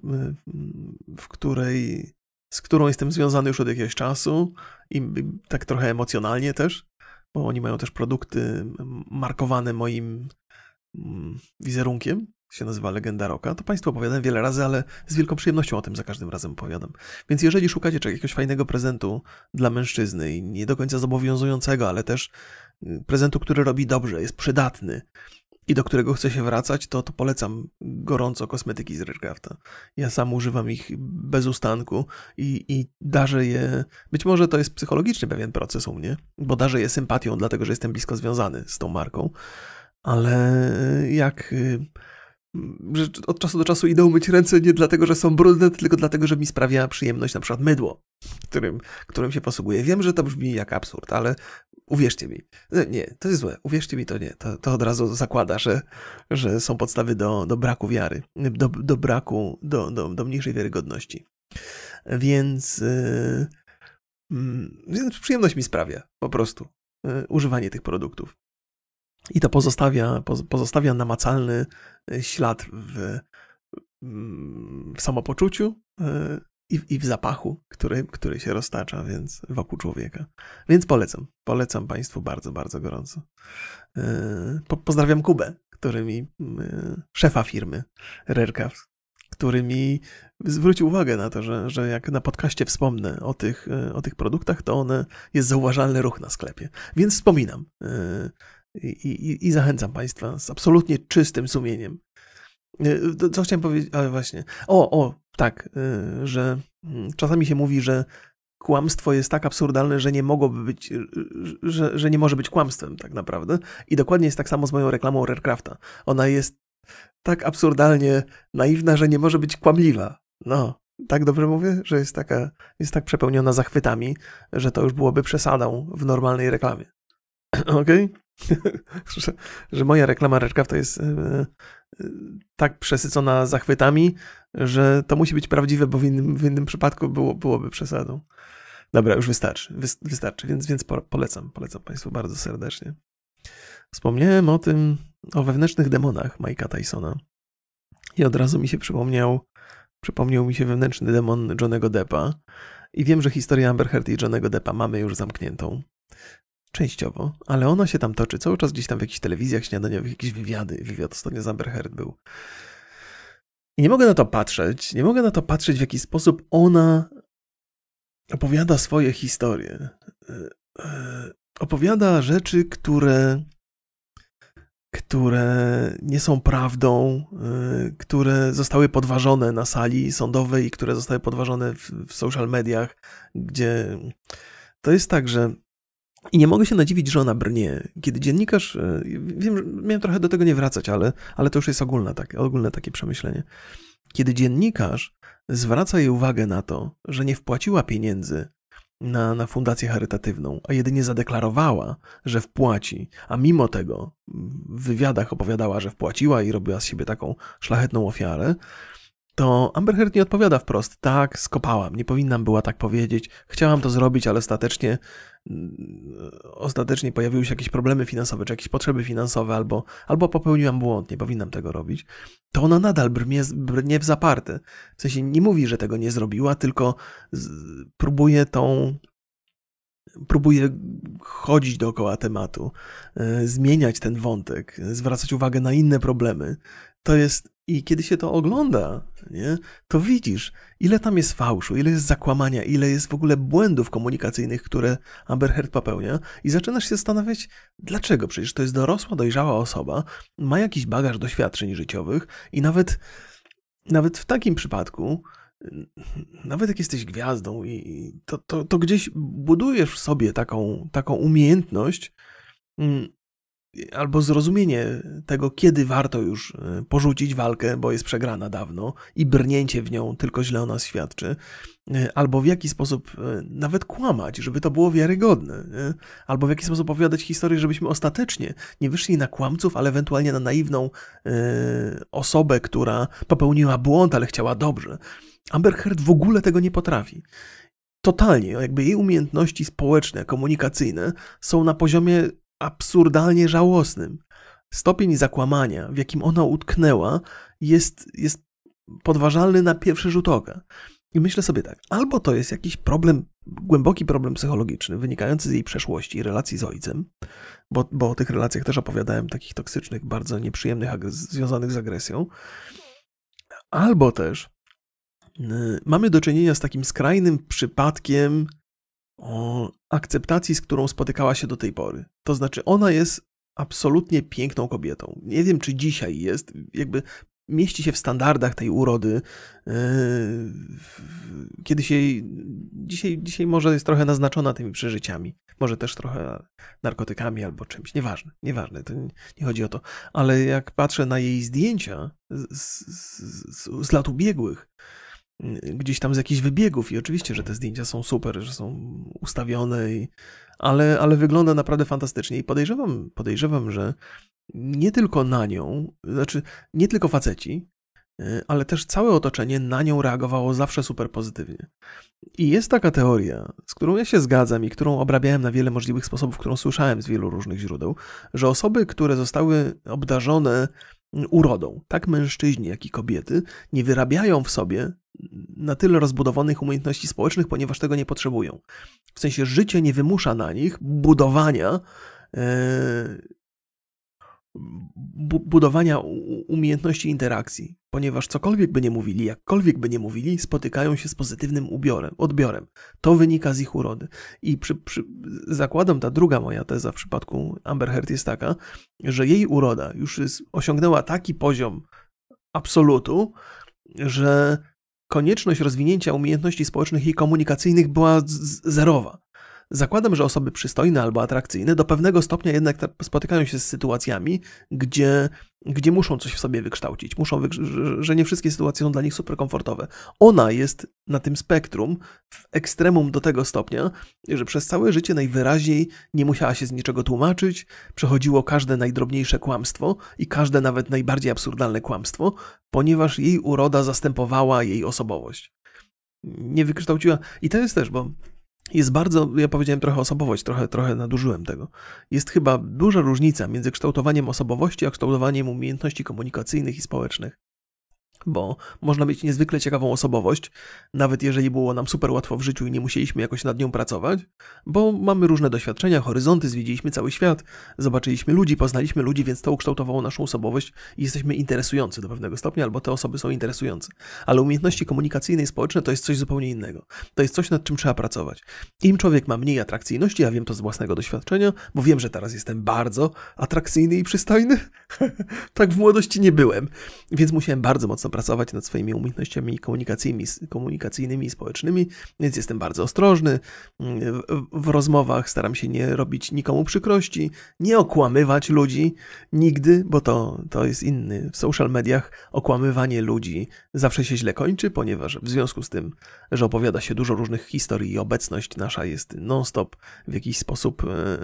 z którą jestem związany już od jakiegoś czasu i tak trochę emocjonalnie też, bo oni mają też produkty markowane moim wizerunkiem, się nazywa Legenda Rocka. To Państwu opowiadam wiele razy, ale z wielką przyjemnością o tym za każdym razem opowiadam. Więc jeżeli szukacie jakiegoś fajnego prezentu dla mężczyzny i nie do końca zobowiązującego, ale też prezentu, który robi dobrze, jest przydatny i do którego chce się wracać, to polecam gorąco kosmetyki z Rarecrafta. Ja sam używam ich bez ustanku i darzę je, być może to jest psychologiczny pewien proces u mnie, bo darzę je sympatią, dlatego że jestem blisko związany z tą marką, ale jak że od czasu do czasu idę umyć ręce nie dlatego, że są brudne, tylko dlatego, że mi sprawia przyjemność na przykład mydło, którym się posługuję. Wiem, że to brzmi jak absurd, ale uwierzcie mi, nie, to jest złe, uwierzcie mi, to nie, to od razu zakłada, że są podstawy do braku wiary, do braku, do mniejszej wiarygodności. Więc przyjemność mi sprawia po prostu używanie tych produktów. I to pozostawia namacalny ślad w samopoczuciu i w zapachu, który się roztacza wokół człowieka. Więc polecam Państwu bardzo, bardzo gorąco. Pozdrawiam Kubę, szefa firmy Rarecraft, który mi zwrócił uwagę na to, że jak na podcaście wspomnę o tych produktach, to jest zauważalny ruch na sklepie. Więc wspominam. I zachęcam Państwa z absolutnie czystym sumieniem. Co chciałem powiedzieć? Ale właśnie. Tak, że czasami się mówi, że kłamstwo jest tak absurdalne, że nie mogłoby być, że nie może być kłamstwem tak naprawdę. I dokładnie jest tak samo z moją reklamą Rarecrafta. Ona jest tak absurdalnie naiwna, że nie może być kłamliwa. No, tak dobrze mówię? Że jest tak przepełniona zachwytami, że to już byłoby przesadą w normalnej reklamie. Okej? Że moja reklama Rarecrafta jest tak przesycona zachwytami, że to musi być prawdziwe, bo w innym przypadku byłoby przesadą. Dobra, już wystarczy, więc polecam Państwu bardzo serdecznie. Wspomniałem o wewnętrznych demonach Mike'a Tysona i od razu mi się przypomniał mi się wewnętrzny demon Johnny'ego Deppa i wiem, że historię Amber Heard i Johnny'ego Deppa mamy już zamkniętą. Częściowo, ale ona się tam toczy cały czas gdzieś tam w jakichś telewizjach śniadaniowych, jakieś wywiad ostatnio z Amber Heard był. I nie mogę na to patrzeć, w jaki sposób ona opowiada swoje historie. Opowiada rzeczy, które nie są prawdą, które zostały podważone na sali sądowej i które zostały podważone w social mediach, gdzie to jest tak, że i nie mogę się nadziwić, że ona brnie. Kiedy dziennikarz, wiem, że miałem trochę do tego nie wracać, ale to już jest ogólne takie przemyślenie. Kiedy dziennikarz zwraca jej uwagę na to, że nie wpłaciła pieniędzy na fundację charytatywną, a jedynie zadeklarowała, że wpłaci, a mimo tego w wywiadach opowiadała, że wpłaciła i robiła z siebie taką szlachetną ofiarę, to Amber Heard nie odpowiada wprost. Tak, skopałam, nie powinnam była tak powiedzieć. Chciałam to zrobić, ale ostatecznie pojawiły się jakieś problemy finansowe, czy jakieś potrzeby finansowe, albo popełniłam błąd, nie powinnam tego robić. To ona nadal brnie w zaparte. W sensie nie mówi, że tego nie zrobiła, tylko próbuje próbuje chodzić dookoła tematu, zmieniać ten wątek, zwracać uwagę na inne problemy. To jest, i kiedy się to ogląda, nie, to widzisz, ile tam jest fałszu, ile jest zakłamania, ile jest w ogóle błędów komunikacyjnych, które Amber Heard popełnia i zaczynasz się zastanawiać, dlaczego? Przecież to jest dorosła, dojrzała osoba, ma jakiś bagaż doświadczeń życiowych i nawet w takim przypadku, nawet jak jesteś gwiazdą, to gdzieś budujesz w sobie taką umiejętność albo zrozumienie tego, kiedy warto już porzucić walkę, bo jest przegrana dawno i brnięcie w nią tylko źle o nas świadczy, albo w jaki sposób nawet kłamać, żeby to było wiarygodne, nie? Albo w jaki sposób opowiadać historię, żebyśmy ostatecznie nie wyszli na kłamców, ale ewentualnie na naiwną osobę, która popełniła błąd, ale chciała dobrze. Amber Heard w ogóle tego nie potrafi. Totalnie, jakby jej umiejętności społeczne, komunikacyjne są na poziomie absurdalnie żałosnym. Stopień zakłamania, w jakim ona utknęła, jest podważalny na pierwszy rzut oka. I myślę sobie tak, albo to jest jakiś problem, głęboki problem psychologiczny, wynikający z jej przeszłości i relacji z ojcem, bo o tych relacjach też opowiadałem, takich toksycznych, bardzo nieprzyjemnych, związanych z agresją, albo też mamy do czynienia z takim skrajnym przypadkiem akceptacji, z którą spotykała się do tej pory. To znaczy, ona jest absolutnie piękną kobietą. Nie wiem, czy dzisiaj jest, jakby mieści się w standardach tej urody. Kiedyś dzisiaj może jest trochę naznaczona tymi przeżyciami. Może też trochę narkotykami albo czymś. Nieważne, to nie chodzi o to. Ale jak patrzę na jej zdjęcia z lat ubiegłych, gdzieś tam z jakichś wybiegów i oczywiście, że te zdjęcia są super, że są ustawione, ale wygląda naprawdę fantastycznie i podejrzewam, że nie tylko na nią, znaczy nie tylko faceci, ale też całe otoczenie na nią reagowało zawsze super pozytywnie. I jest taka teoria, z którą ja się zgadzam i którą obrabiałem na wiele możliwych sposobów, którą słyszałem z wielu różnych źródeł, że osoby, które zostały obdarzone urodą, tak mężczyźni, jak i kobiety, nie wyrabiają w sobie na tyle rozbudowanych umiejętności społecznych, ponieważ tego nie potrzebują. W sensie życie nie wymusza na nich budowania umiejętności interakcji, ponieważ cokolwiek by nie mówili, jakkolwiek by nie mówili, spotykają się z pozytywnym odbiorem. To wynika z ich urody. I zakładam, ta druga moja teza w przypadku Amber Heard jest taka, że jej uroda już osiągnęła taki poziom absolutu, że konieczność rozwinięcia umiejętności społecznych i komunikacyjnych była zerowa. Zakładam, że osoby przystojne albo atrakcyjne do pewnego stopnia jednak spotykają się z sytuacjami, gdzie muszą coś w sobie wykształcić, że nie wszystkie sytuacje są dla nich super komfortowe. Ona jest na tym spektrum w ekstremum do tego stopnia, że przez całe życie najwyraźniej nie musiała się z niczego tłumaczyć, przechodziło każde najdrobniejsze kłamstwo i każde nawet najbardziej absurdalne kłamstwo, ponieważ jej uroda zastępowała jej osobowość. Nie wykształciła. I to jest też, bo jest bardzo, ja powiedziałem trochę osobowość, trochę nadużyłem tego. Jest chyba duża różnica między kształtowaniem osobowości, a kształtowaniem umiejętności komunikacyjnych i społecznych. Bo można mieć niezwykle ciekawą osobowość, nawet jeżeli było nam super łatwo w życiu i nie musieliśmy jakoś nad nią pracować, bo mamy różne doświadczenia, horyzonty, zwiedziliśmy cały świat, zobaczyliśmy ludzi, poznaliśmy ludzi, więc to ukształtowało naszą osobowość i jesteśmy interesujący do pewnego stopnia, albo te osoby są interesujące. Ale umiejętności komunikacyjne i społeczne to jest coś zupełnie innego. To jest coś, nad czym trzeba pracować. Im człowiek ma mniej atrakcyjności, ja wiem to z własnego doświadczenia, bo wiem, że teraz jestem bardzo atrakcyjny i przystojny. Tak w młodości nie byłem, więc musiałem bardzo mocno pracować nad swoimi umiejętnościami komunikacyjnymi i społecznymi, więc jestem bardzo ostrożny w rozmowach, staram się nie robić nikomu przykrości, nie okłamywać ludzi nigdy, bo to jest inny. W social mediach okłamywanie ludzi zawsze się źle kończy, ponieważ w związku z tym, że opowiada się dużo różnych historii i obecność nasza jest non-stop w jakiś sposób,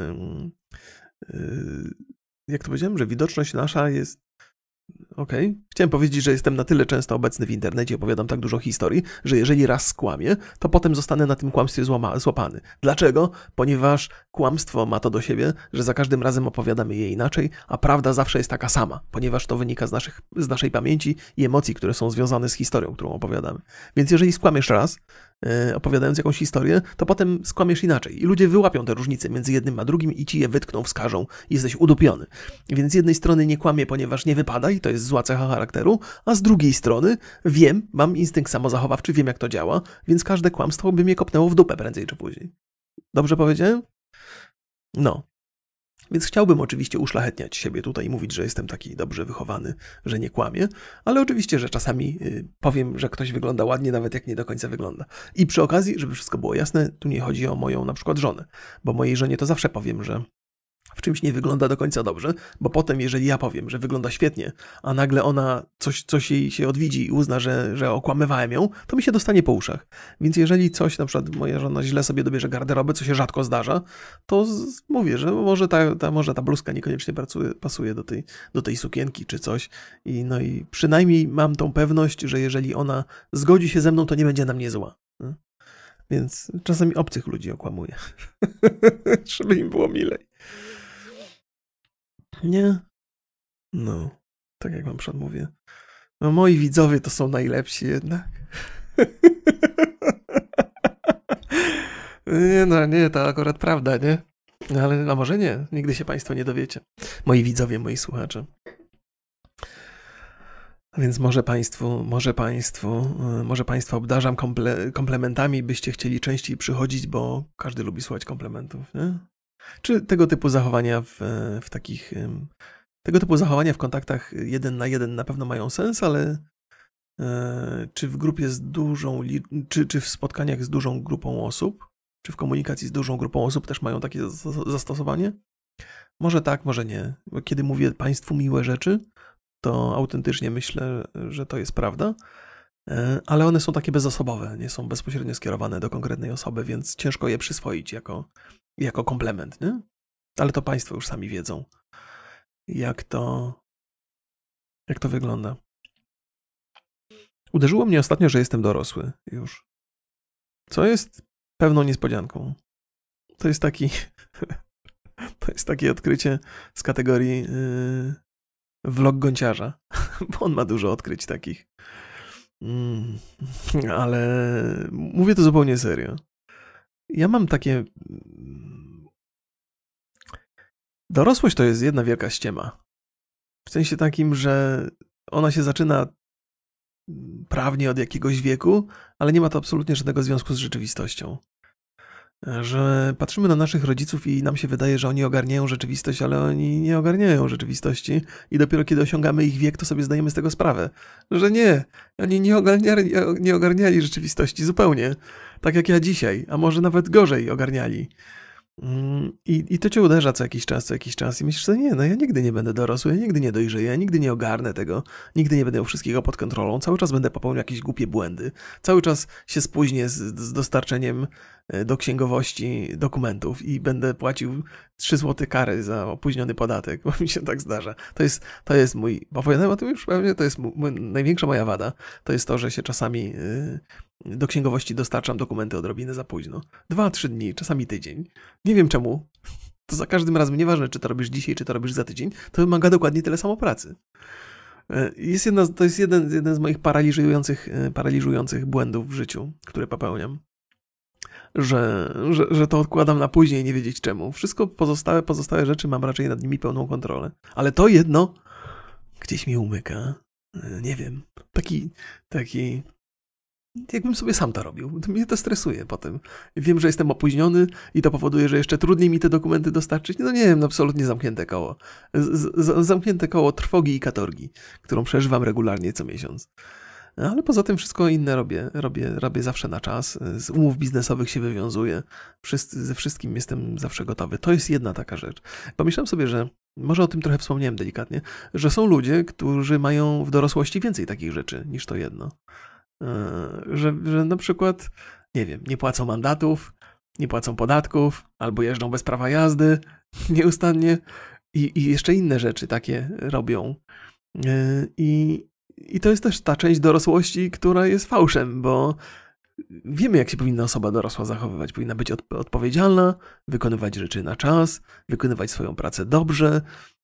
jak to powiedziałem, że widoczność nasza jest okej. Chciałem powiedzieć, że jestem na tyle często obecny w internecie, opowiadam tak dużo historii, że jeżeli raz skłamię, to potem zostanę na tym kłamstwie złapany. Dlaczego? Ponieważ kłamstwo ma to do siebie, że za każdym razem opowiadamy je inaczej, a prawda zawsze jest taka sama, ponieważ to wynika z naszej pamięci i emocji, które są związane z historią, którą opowiadamy. Więc jeżeli skłamiesz raz, opowiadając jakąś historię, to potem skłamiesz inaczej. I ludzie wyłapią te różnice między jednym a drugim i ci je wytkną, wskażą i jesteś udupiony. Więc z jednej strony nie kłamię, ponieważ nie wypada i to jest zła cecha charakteru, a z drugiej strony wiem, mam instynkt samozachowawczy, wiem jak to działa, więc każde kłamstwo by mnie kopnęło w dupę prędzej czy później. Dobrze powiedziałem? No. Więc chciałbym oczywiście uszlachetniać siebie tutaj i mówić, że jestem taki dobrze wychowany, że nie kłamię, ale oczywiście, że czasami powiem, że ktoś wygląda ładnie, nawet jak nie do końca wygląda. I przy okazji, żeby wszystko było jasne, tu nie chodzi o moją na przykład żonę, bo mojej żonie to zawsze powiem, że w czymś nie wygląda do końca dobrze, bo potem, jeżeli ja powiem, że wygląda świetnie, a nagle ona coś jej się odwiedzi i uzna, że okłamywałem ją, to mi się dostanie po uszach. Więc jeżeli coś, na przykład moja żona źle sobie dobierze garderobę, co się rzadko zdarza, to mówię, że może ta bluzka niekoniecznie pasuje do tej sukienki czy coś. I przynajmniej mam tą pewność, że jeżeli ona zgodzi się ze mną, to nie będzie na mnie zła. Więc czasami obcych ludzi okłamuję, żeby im było milej. Nie? No, tak jak wam przed mówię. No, moi widzowie to są najlepsi jednak. Nie, to akurat prawda, nie? Ale a może nie, nigdy się państwo nie dowiecie. Moi widzowie, moi słuchacze. Więc może państwa obdarzam komplementami, byście chcieli częściej przychodzić, bo każdy lubi słuchać komplementów, nie? Czy tego typu zachowania tego typu zachowania w kontaktach 1 na 1 na pewno mają sens, ale czy w grupie z dużą, czy w spotkaniach z dużą grupą osób, czy w komunikacji z dużą grupą osób też mają takie zastosowanie? Może tak, może nie. Bo kiedy mówię państwu miłe rzeczy, to autentycznie myślę, że to jest prawda, ale one są takie bezosobowe, nie są bezpośrednio skierowane do konkretnej osoby, więc ciężko je przyswoić jako komplement, nie? Ale to państwo już sami wiedzą, jak to wygląda. Uderzyło mnie ostatnio, że jestem dorosły już, co jest pewną niespodzianką. To jest takie odkrycie z kategorii vlog gąciarza, bo on ma dużo odkryć takich. Ale mówię to zupełnie serio. Ja mam takie... Dorosłość to jest jedna wielka ściema. W sensie takim, że ona się zaczyna prawnie od jakiegoś wieku, ale nie ma to absolutnie żadnego związku z rzeczywistością. Że patrzymy na naszych rodziców i nam się wydaje, że oni ogarniają rzeczywistość, ale oni nie ogarniają rzeczywistości i dopiero kiedy osiągamy ich wiek, to sobie zdajemy z tego sprawę. Że nie, oni nie ogarniali rzeczywistości zupełnie. Tak jak ja dzisiaj, a może nawet gorzej ogarniali. I to cię uderza co jakiś czas i myślisz, że nie, no ja nigdy nie będę dorosły, ja nigdy nie dojrzeję, ja nigdy nie ogarnę tego, nigdy nie będę miał wszystkiego pod kontrolą, cały czas będę popełniał jakieś głupie błędy, cały czas się spóźnię z dostarczeniem do księgowości dokumentów i będę płacił 3 zł kary za opóźniony podatek, bo mi się tak zdarza. To jest mój, opowiadałem o tym już pewnie, to jest największa moja wada, to jest to, że się czasami do księgowości dostarczam dokumenty odrobinę za późno. 2-3 dni, czasami tydzień. Nie wiem czemu. To za każdym razem, nieważne czy to robisz dzisiaj, czy to robisz za tydzień, to wymaga dokładnie tyle samo pracy. To jest jeden z moich paraliżujących błędów w życiu, które popełniam. Że to odkładam na później i nie wiedzieć czemu. Wszystko pozostałe rzeczy mam raczej nad nimi pełną kontrolę. Ale to jedno gdzieś mi umyka. Nie wiem. Taki jakbym sobie sam to robił. Mnie to stresuje potem. Wiem, że jestem opóźniony i to powoduje, że jeszcze trudniej mi te dokumenty dostarczyć. No nie wiem, absolutnie zamknięte koło. Zamknięte koło trwogi i katorgi, którą przeżywam regularnie co miesiąc. Ale poza tym wszystko inne robię zawsze na czas. Z umów biznesowych się wywiązuję. Ze wszystkim jestem zawsze gotowy. To jest jedna taka rzecz. Pomyślałem sobie, że może o tym trochę wspomniałem delikatnie, że są ludzie, którzy mają w dorosłości więcej takich rzeczy niż to jedno. Że na przykład, nie wiem, nie płacą mandatów, nie płacą podatków, albo jeżdżą bez prawa jazdy nieustannie i jeszcze inne rzeczy takie robią. I to jest też ta część dorosłości, która jest fałszem, bo wiemy, jak się powinna osoba dorosła zachowywać. Powinna być odpowiedzialna, wykonywać rzeczy na czas, wykonywać swoją pracę dobrze,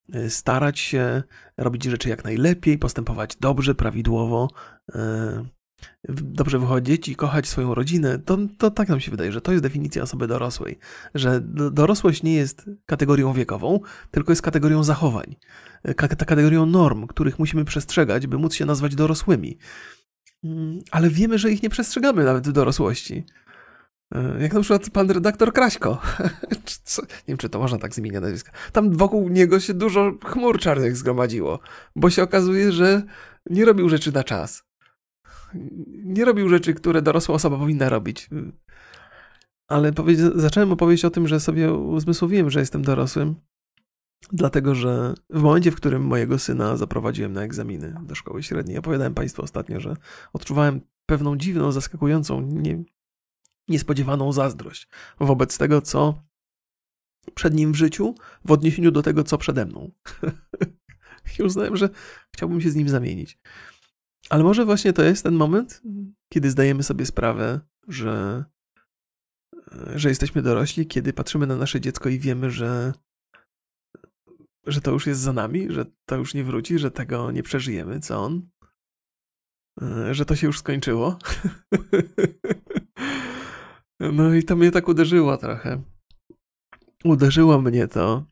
starać się robić rzeczy jak najlepiej, postępować dobrze, prawidłowo. dobrze wychodzić i kochać swoją rodzinę, to tak nam się wydaje, że to jest definicja osoby dorosłej. Że dorosłość nie jest kategorią wiekową, tylko jest kategorią zachowań. Kategorią norm, których musimy przestrzegać, by móc się nazwać dorosłymi. Ale wiemy, że ich nie przestrzegamy nawet w dorosłości. Jak na przykład pan redaktor Kraśko. Nie wiem, czy to można tak zmieniać nazwiska. Tam wokół niego się dużo chmur czarnych zgromadziło, bo się okazuje, że nie robił rzeczy na czas. Nie robił rzeczy, które dorosła osoba powinna robić. Ale zacząłem opowieść o tym, że sobie uzmysłowiłem, że jestem dorosłym, dlatego że w momencie, w którym mojego syna zaprowadziłem na egzaminy do szkoły średniej, opowiadałem Państwu ostatnio, że odczuwałem pewną dziwną, zaskakującą, niespodziewaną zazdrość wobec tego, co przed nim w życiu, w odniesieniu do tego, co przede mną. I uznałem, że chciałbym się z nim zamienić. Ale może właśnie to jest ten moment, kiedy zdajemy sobie sprawę, że jesteśmy dorośli, kiedy patrzymy na nasze dziecko i wiemy, że to już jest za nami, że to już nie wróci, że tego nie przeżyjemy, co on, że to się już skończyło. No i to mnie tak uderzyło trochę. Uderzyło mnie to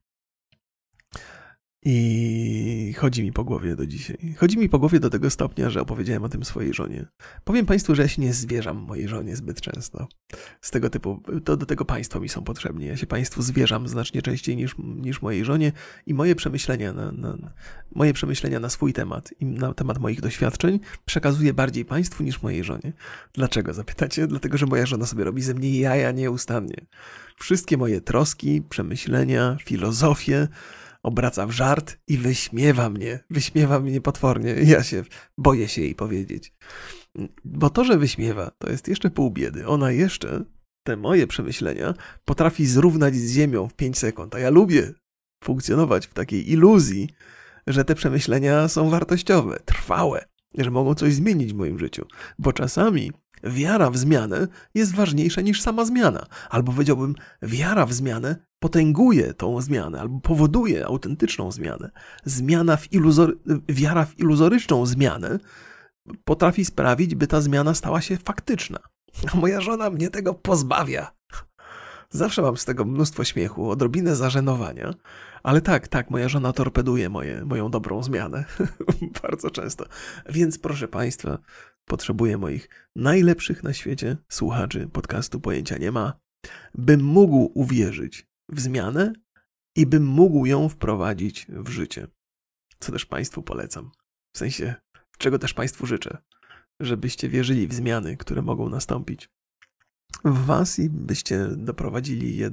i chodzi mi po głowie do dzisiaj. Chodzi mi po głowie do tego stopnia, że opowiedziałem o tym swojej żonie. Powiem Państwu, że ja się nie zwierzam mojej żonie zbyt często. Z tego typu, do tego Państwo mi są potrzebni. Ja się Państwu zwierzam znacznie częściej niż mojej żonie i moje przemyślenia na swój temat i na temat moich doświadczeń przekazuję bardziej Państwu niż mojej żonie. Dlaczego, zapytacie? Dlatego, że moja żona sobie robi ze mnie jaja nieustannie. Wszystkie moje troski, przemyślenia, filozofie obraca w żart i wyśmiewa mnie potwornie. Ja boję się jej powiedzieć. Bo to, że wyśmiewa, to jest jeszcze pół biedy. Ona jeszcze te moje przemyślenia potrafi zrównać z ziemią w 5 sekund, a ja lubię funkcjonować w takiej iluzji, że te przemyślenia są wartościowe, trwałe, że mogą coś zmienić w moim życiu. Bo czasami wiara w zmianę jest ważniejsza niż sama zmiana. Albo powiedziałbym, wiara w zmianę potęguje tą zmianę, albo powoduje autentyczną zmianę. Wiara w iluzoryczną zmianę potrafi sprawić, by ta zmiana stała się faktyczna. A moja żona mnie tego pozbawia. Zawsze mam z tego mnóstwo śmiechu, odrobinę zażenowania, ale tak, moja żona torpeduje moją dobrą zmianę. Bardzo często. Więc proszę Państwa, potrzebuję moich najlepszych na świecie słuchaczy podcastu Pojęcia Nie Ma, bym mógł uwierzyć w zmianę i bym mógł ją wprowadzić w życie. Co też Państwu polecam. W sensie, czego też Państwu życzę. Żebyście wierzyli w zmiany, które mogą nastąpić w Was i byście doprowadzili je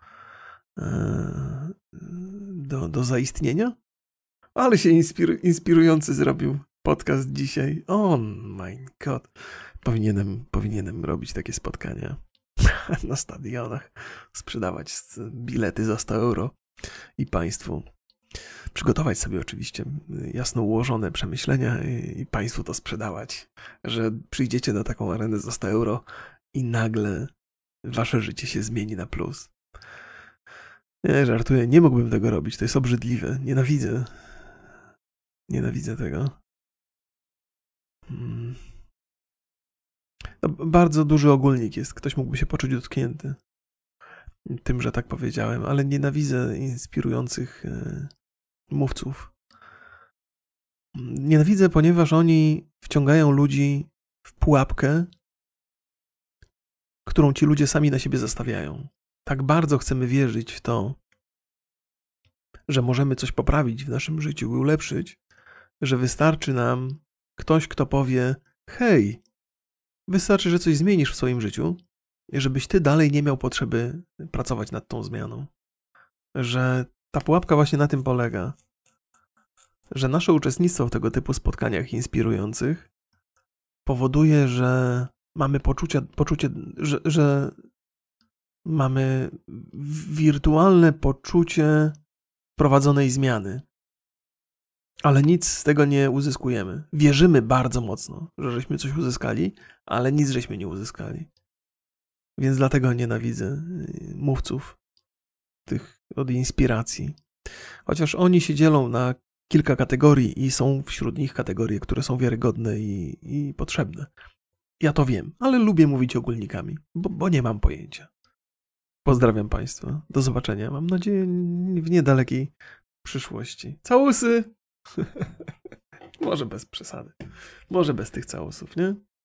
do zaistnienia. Ale się inspirujący zrobił podcast dzisiaj. Oh my god. Powinienem robić takie spotkania na stadionach, sprzedawać bilety za 100 euro i Państwu przygotować sobie oczywiście jasno ułożone przemyślenia i Państwu to sprzedawać, że przyjdziecie na taką arenę za 100 euro i nagle Wasze życie się zmieni na plus. Nie, żartuję, nie mógłbym tego robić, to jest obrzydliwe, nienawidzę tego. No, bardzo duży ogólnik jest, ktoś mógłby się poczuć dotknięty tym, że tak powiedziałem, ale nienawidzę inspirujących mówców. Nienawidzę, ponieważ oni wciągają ludzi w pułapkę, którą ci ludzie sami na siebie zastawiają. Tak bardzo chcemy wierzyć w to, że możemy coś poprawić w naszym życiu i ulepszyć, że wystarczy nam ktoś, kto powie: hej, wystarczy, że coś zmienisz w swoim życiu, żebyś ty dalej nie miał potrzeby pracować nad tą zmianą. Że ta pułapka właśnie na tym polega, że nasze uczestnictwo w tego typu spotkaniach inspirujących powoduje, że mamy poczucie, że mamy wirtualne poczucie prowadzonej zmiany, ale nic z tego nie uzyskujemy. Wierzymy bardzo mocno, że żeśmy coś uzyskali, ale nic żeśmy nie uzyskali. Więc dlatego nienawidzę mówców tych od inspiracji. Chociaż oni się dzielą na kilka kategorii i są wśród nich kategorie, które są wiarygodne i potrzebne. Ja to wiem, ale lubię mówić ogólnikami, bo nie mam pojęcia. Pozdrawiam Państwa. Do zobaczenia. Mam nadzieję w niedalekiej przyszłości. Całusy! Może bez przesady. Może bez tych całusów, nie?